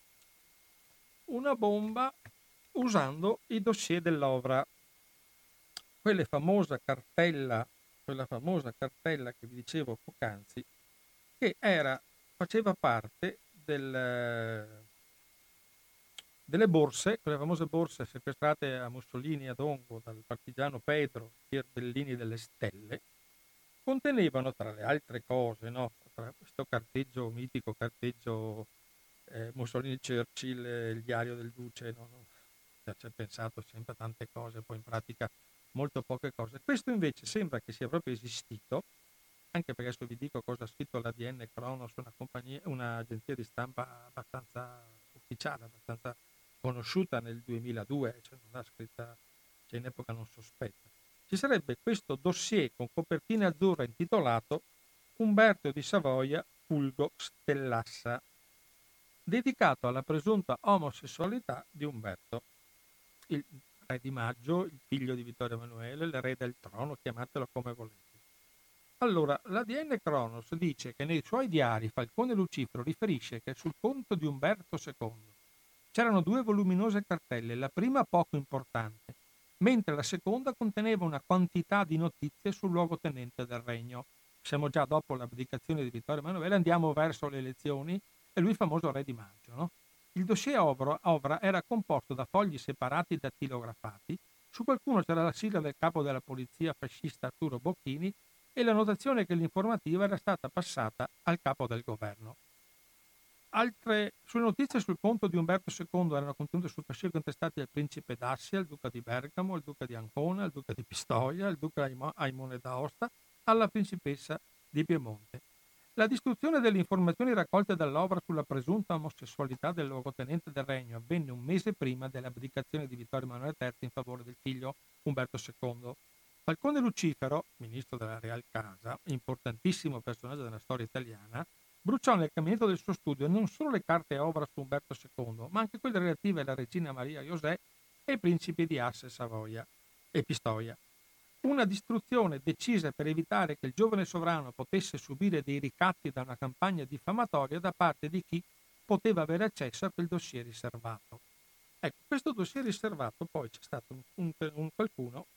Una bomba usando i dossier dell'Ovra. Quella famosa cartella, quella famosa cartella che vi dicevo poc'anzi, che era, faceva parte del, delle borse, quelle famose borse sequestrate a Mussolini e ad Ongo dal partigiano Pedro Pier Bellini delle Stelle, contenevano tra le altre cose, no? Tra questo carteggio, mitico carteggio eh, Mussolini-Churchill, il diario del Duce, no? Ci ha pensato sempre a tante cose, poi in pratica molto poche cose. Questo invece sembra che sia proprio esistito, anche perché adesso vi dico cosa ha scritto l'A D N Kronos, una compagnia, un'agenzia di stampa abbastanza ufficiale, abbastanza conosciuta nel duemiladue, cioè non l'ha scritta, cioè in epoca non sospetta. Ci sarebbe questo dossier con copertina azzurra intitolato Umberto di Savoia Fulgo Stellassa, dedicato alla presunta omosessualità di Umberto, il re di Maggio, il figlio di Vittorio Emanuele, l'erede del trono, chiamatelo come volete. Allora, l'A D N Kronos dice che nei suoi diari Falcone Lucifero riferisce che sul conto di Umberto secondo c'erano due voluminose cartelle, la prima poco importante, mentre la seconda conteneva una quantità di notizie sul luogotenente del regno. Siamo già dopo l'abdicazione di Vittorio Emanuele, andiamo verso le elezioni e lui famoso re di Maggio, no? Il dossier Ovra era composto da fogli separati dattilografati. Su qualcuno c'era la sigla del capo della polizia fascista Arturo Bocchini e la notazione che l'informativa era stata passata al capo del governo. Altre sulle notizie sul conto di Umberto secondo erano contenute sul fascicolo contestati al principe d'Assia, al duca di Bergamo, al duca di Ancona, al duca di Pistoia, al duca Aimone d'Aosta, alla principessa di Piemonte. La distruzione delle informazioni raccolte dall'opera sulla presunta omosessualità del luogotenente del regno avvenne un mese prima dell'abdicazione di Vittorio Emanuele terzo in favore del figlio Umberto secondo. Falcone Lucifero, ministro della Real Casa, importantissimo personaggio della storia italiana, bruciò nel caminetto del suo studio non solo le carte opera su Umberto secondo, ma anche quelle relative alla regina Maria José e ai principi di Asse, Savoia e Pistoia. Una distruzione decisa per evitare che il giovane sovrano potesse subire dei ricatti da una campagna diffamatoria da parte di chi poteva avere accesso a quel dossier riservato. Ecco, questo dossier riservato poi c'è stato un, un, un qualcuno,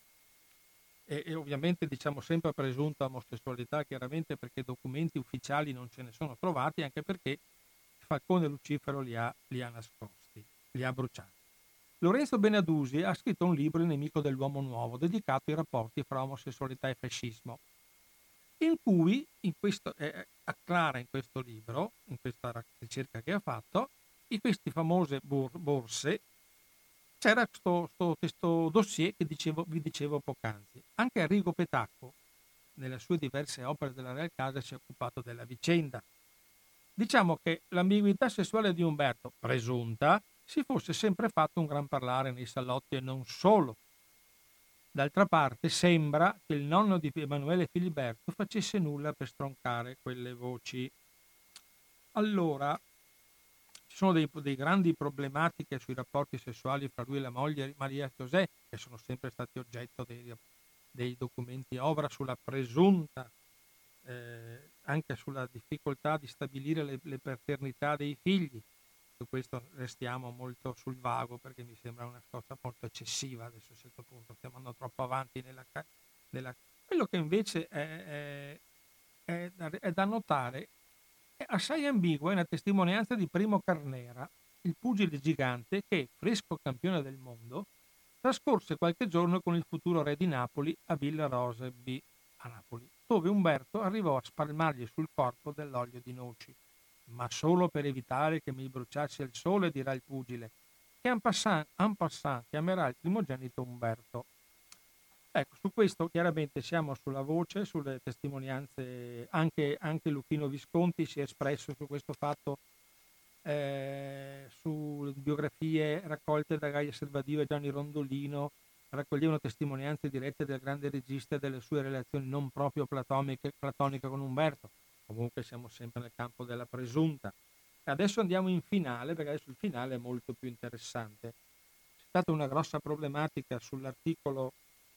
e, e ovviamente diciamo sempre presunta omosessualità, chiaramente perché documenti ufficiali non ce ne sono trovati, anche perché Falcone Lucifero li ha, li ha nascosti, li ha bruciati. Lorenzo Benadusi ha scritto un libro, Il nemico dell'uomo nuovo, dedicato ai rapporti fra omosessualità e fascismo, in cui in questo, eh, acclara in questo libro, in questa ricerca che ha fatto, in queste famose bor- borse, c'era questo, questo, questo dossier che dicevo, vi dicevo poc'anzi. Anche Arrigo Petacco, nelle sue diverse opere della Real Casa, si è occupato della vicenda. Diciamo che l'ambiguità sessuale di Umberto, presunta, si fosse sempre fatto un gran parlare nei salotti e non solo. D'altra parte sembra che il nonno di Emanuele Filiberto facesse nulla per stroncare quelle voci. Allora, ci sono dei, dei grandi problematiche sui rapporti sessuali fra lui e la moglie Maria José, che sono sempre stati oggetto dei, dei documenti opera sulla presunta, eh, anche sulla difficoltà di stabilire le, le paternità dei figli. Su questo restiamo molto sul vago, perché mi sembra una cosa molto eccessiva adesso a un certo punto, stiamo andando troppo avanti nella, nella... quello che invece è, è, è, da, è da notare è assai ambigua, è una testimonianza di Primo Carnera, il pugile gigante che, fresco campione del mondo, trascorse qualche giorno con il futuro re di Napoli a Villa Roseby a Napoli, dove Umberto arrivò a spalmargli sul corpo dell'olio di noci, ma solo per evitare che mi bruciasse il sole, dirà il pugile, che en passant, en passant chiamerà il primogenito Umberto. Ecco, su questo chiaramente siamo sulla voce, sulle testimonianze, anche, anche Luchino Visconti si è espresso su questo fatto, eh, su biografie raccolte da Gaia Servadio e Gianni Rondolino, raccoglievano testimonianze dirette del grande regista e delle sue relazioni non proprio platoniche, platoniche con Umberto. Comunque siamo sempre nel campo della presunta. Adesso andiamo in finale, perché adesso il finale è molto più interessante. C'è stata una grossa problematica sull'articolo,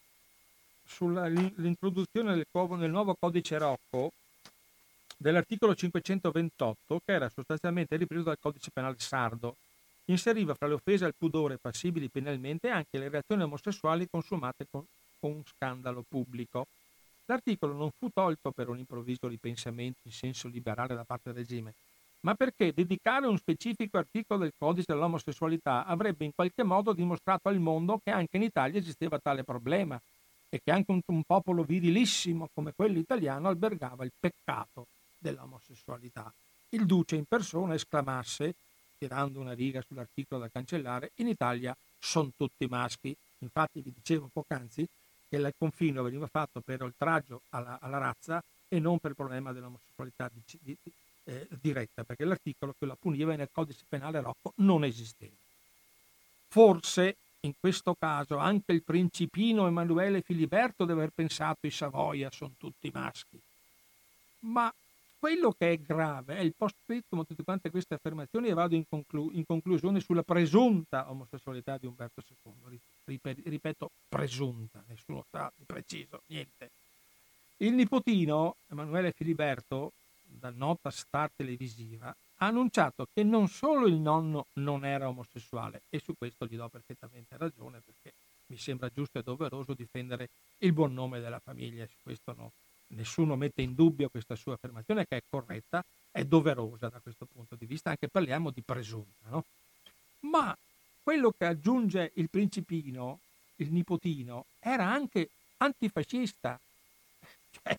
sull'introduzione del, del nuovo codice Rocco, dell'articolo cinquecentoventotto, che era sostanzialmente ripreso dal codice penale sardo. Inseriva fra le offese al pudore passibili penalmente anche le reazioni omosessuali consumate con, con un scandalo pubblico. L'articolo non fu tolto per un improvviso ripensamento in senso liberale da parte del regime, ma perché dedicare un specifico articolo del codice dell'omosessualità avrebbe in qualche modo dimostrato al mondo che anche in Italia esisteva tale problema e che anche un, un popolo virilissimo come quello italiano albergava il peccato dell'omosessualità. Il duce in persona esclamasse, tirando una riga sull'articolo da cancellare, in Italia sono tutti maschi. Infatti vi dicevo poc'anzi che il confino veniva fatto per oltraggio alla, alla razza e non per il problema dell'omosessualità di, di, eh, diretta, perché l'articolo che la puniva nel codice penale Rocco non esisteva. Forse in questo caso anche il principino Emanuele Filiberto deve aver pensato i Savoia sono tutti maschi. Ma quello che è grave è il post-scriptum di tutte quante queste affermazioni, e vado in, conclu- in conclusione sulla presunta omosessualità di Umberto secondo. Rip- ripeto, presunta, nessuno sa di preciso, niente. Il nipotino, Emanuele Filiberto, da nota star televisiva, ha annunciato che non solo il nonno non era omosessuale, e su questo gli do perfettamente ragione, perché mi sembra giusto e doveroso difendere il buon nome della famiglia, su questo no. Nessuno mette in dubbio questa sua affermazione, che è corretta, è doverosa da questo punto di vista, anche parliamo di presunta, no? Ma quello che aggiunge il principino, il nipotino, era anche antifascista. Cioè,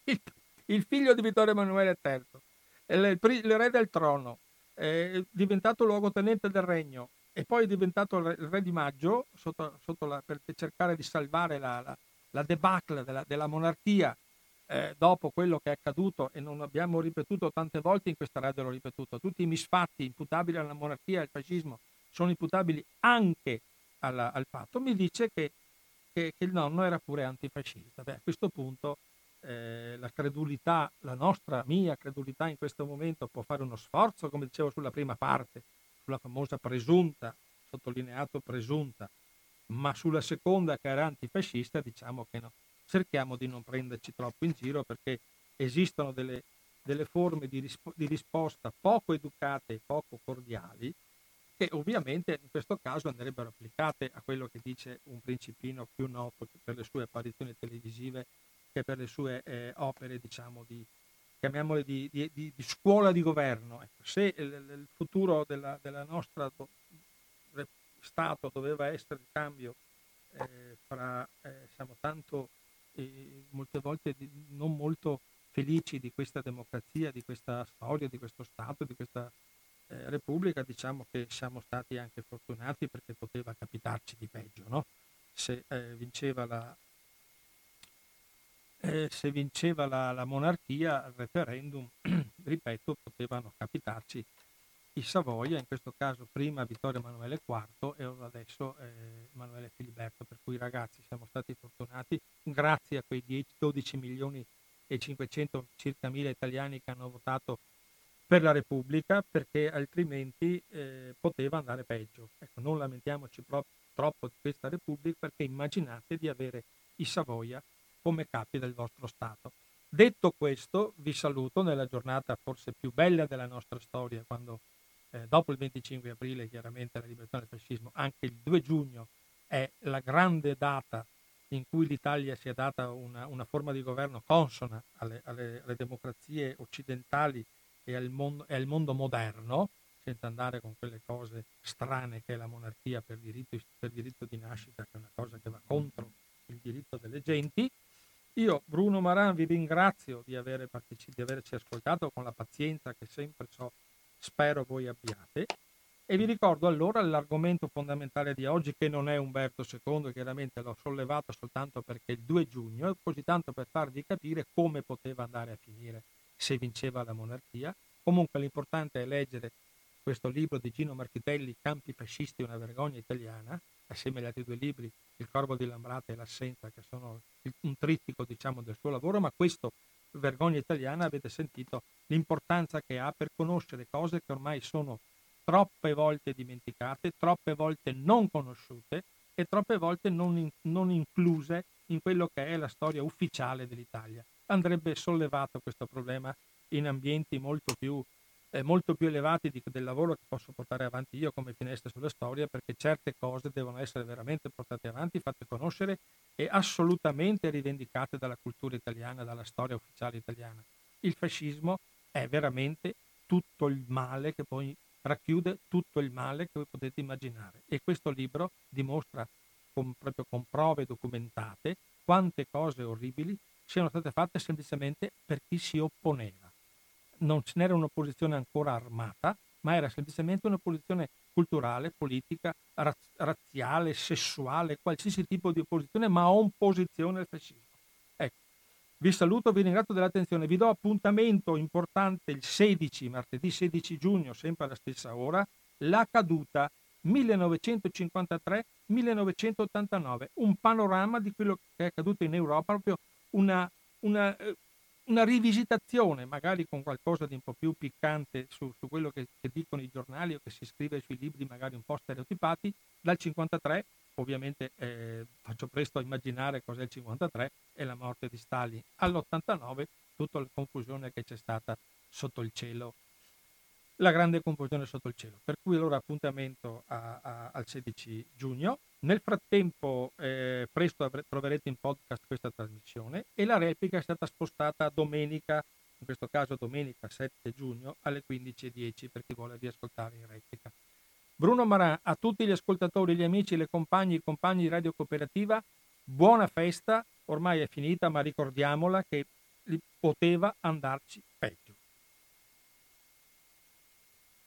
il, il figlio di Vittorio Emanuele terzo, il, il, il re del trono, è diventato luogotenente del regno e poi è diventato il re, il re di maggio sotto, sotto la, per cercare di salvare la, la, la debacle della, della monarchia, eh, dopo quello che è accaduto, e non abbiamo ripetuto tante volte in questa radio, l'ho ripetuto, tutti i misfatti imputabili alla monarchia e al fascismo sono imputabili anche alla, al fatto, mi dice che, che, che il nonno era pure antifascista. Beh, a questo punto eh, la credulità, la nostra, mia credulità in questo momento può fare uno sforzo, come dicevo sulla prima parte, sulla famosa presunta, sottolineato presunta, ma sulla seconda, che era antifascista, diciamo che no. Cerchiamo di non prenderci troppo in giro, perché esistono delle, delle forme di, rispo- di risposta poco educate e poco cordiali, che ovviamente in questo caso andrebbero applicate a quello che dice un principino più noto per le sue apparizioni televisive che per le sue eh, opere, diciamo, di, chiamiamole di, di, di, di scuola di governo. Ecco, se il, il futuro della, della nostra do, Stato doveva essere il cambio eh, fra, eh, siamo tanto, eh, molte volte di, non molto felici di questa democrazia, di questa storia, di questo Stato, di questa eh, Repubblica, diciamo che siamo stati anche fortunati, perché poteva capitarci di peggio, no? Se eh, vinceva la eh, se vinceva la, la monarchia al referendum, ripeto, potevano capitarci i Savoia, in questo caso prima Vittorio Emanuele quarto e adesso eh, Emanuele Filiberto, per cui ragazzi siamo stati fortunati grazie a quei dieci dodici milioni e cinquecento circa mila italiani che hanno votato per la Repubblica, perché altrimenti eh, poteva andare peggio. Ecco, non lamentiamoci pro- troppo di questa Repubblica, perché immaginate di avere i Savoia come capi del vostro Stato. Detto questo, vi saluto nella giornata forse più bella della nostra storia, quando eh, dopo il venticinque aprile, chiaramente la liberazione dal fascismo, anche il due giugno è la grande data in cui l'Italia si è data una, una forma di governo consona alle, alle, alle democrazie occidentali e al, mondo, e al mondo moderno, senza andare con quelle cose strane che è la monarchia per diritto, per diritto di nascita, che è una cosa che va contro il diritto delle genti. Io, Bruno Maran, vi ringrazio di, avere partecipato, di averci ascoltato con la pazienza che sempre so, spero voi abbiate, e vi ricordo allora l'argomento fondamentale di oggi, che non è Umberto secondo, chiaramente l'ho sollevato soltanto perché il due giugno, così tanto per farvi capire come poteva andare a finire se vinceva la monarchia. Comunque l'importante è leggere questo libro di Gino Marchitelli, Campi fascisti, una vergogna italiana, assieme agli altri due libri, Il corvo di Lambrate e L'assenza, che sono un trittico, diciamo, del suo lavoro, ma questo, Vergogna italiana, avete sentito l'importanza che ha per conoscere cose che ormai sono troppe volte dimenticate, troppe volte non conosciute e troppe volte non, in, non incluse in quello che è la storia ufficiale dell'Italia. Andrebbe sollevato questo problema in ambienti molto più Eh, molto più elevati di, del lavoro che posso portare avanti io come Finestre sulla Storia, perché certe cose devono essere veramente portate avanti, fatte conoscere e assolutamente rivendicate dalla cultura italiana, dalla storia ufficiale italiana. Il fascismo è veramente tutto il male che poi racchiude tutto il male che voi potete immaginare, e questo libro dimostra con, proprio con prove documentate quante cose orribili siano state fatte semplicemente per chi si opponeva. Non ce n'era un'opposizione ancora armata, ma era semplicemente un'opposizione culturale, politica, raz- razziale, sessuale, qualsiasi tipo di opposizione, ma opposizione al fascismo. Ecco, vi saluto, vi ringrazio dell'attenzione, vi do appuntamento importante il sedici, martedì sedici giugno, sempre alla stessa ora, La caduta millenovecentocinquantatré millenovecentottantanove, un panorama di quello che è accaduto in Europa, proprio una... una eh, una rivisitazione, magari con qualcosa di un po' più piccante su, su quello che, che dicono i giornali o che si scrive sui libri magari un po' stereotipati, dal cinquantatré, ovviamente eh, faccio presto a immaginare cos'è il cinquantatré, e la morte di Stalin, all'ottantanove, tutta la confusione che c'è stata sotto il cielo, la grande confusione sotto il cielo. Per cui allora appuntamento a, a, al sedici giugno. Nel frattempo eh, presto avre- troverete in podcast questa trasmissione, e la replica è stata spostata a domenica, in questo caso domenica sette giugno alle quindici e dieci, per chi vuole riascoltare in replica. Bruno Maran, a tutti gli ascoltatori, gli amici, le compagne, i compagni di Radio Cooperativa, buona festa, ormai è finita, ma ricordiamola che poteva andarci peggio.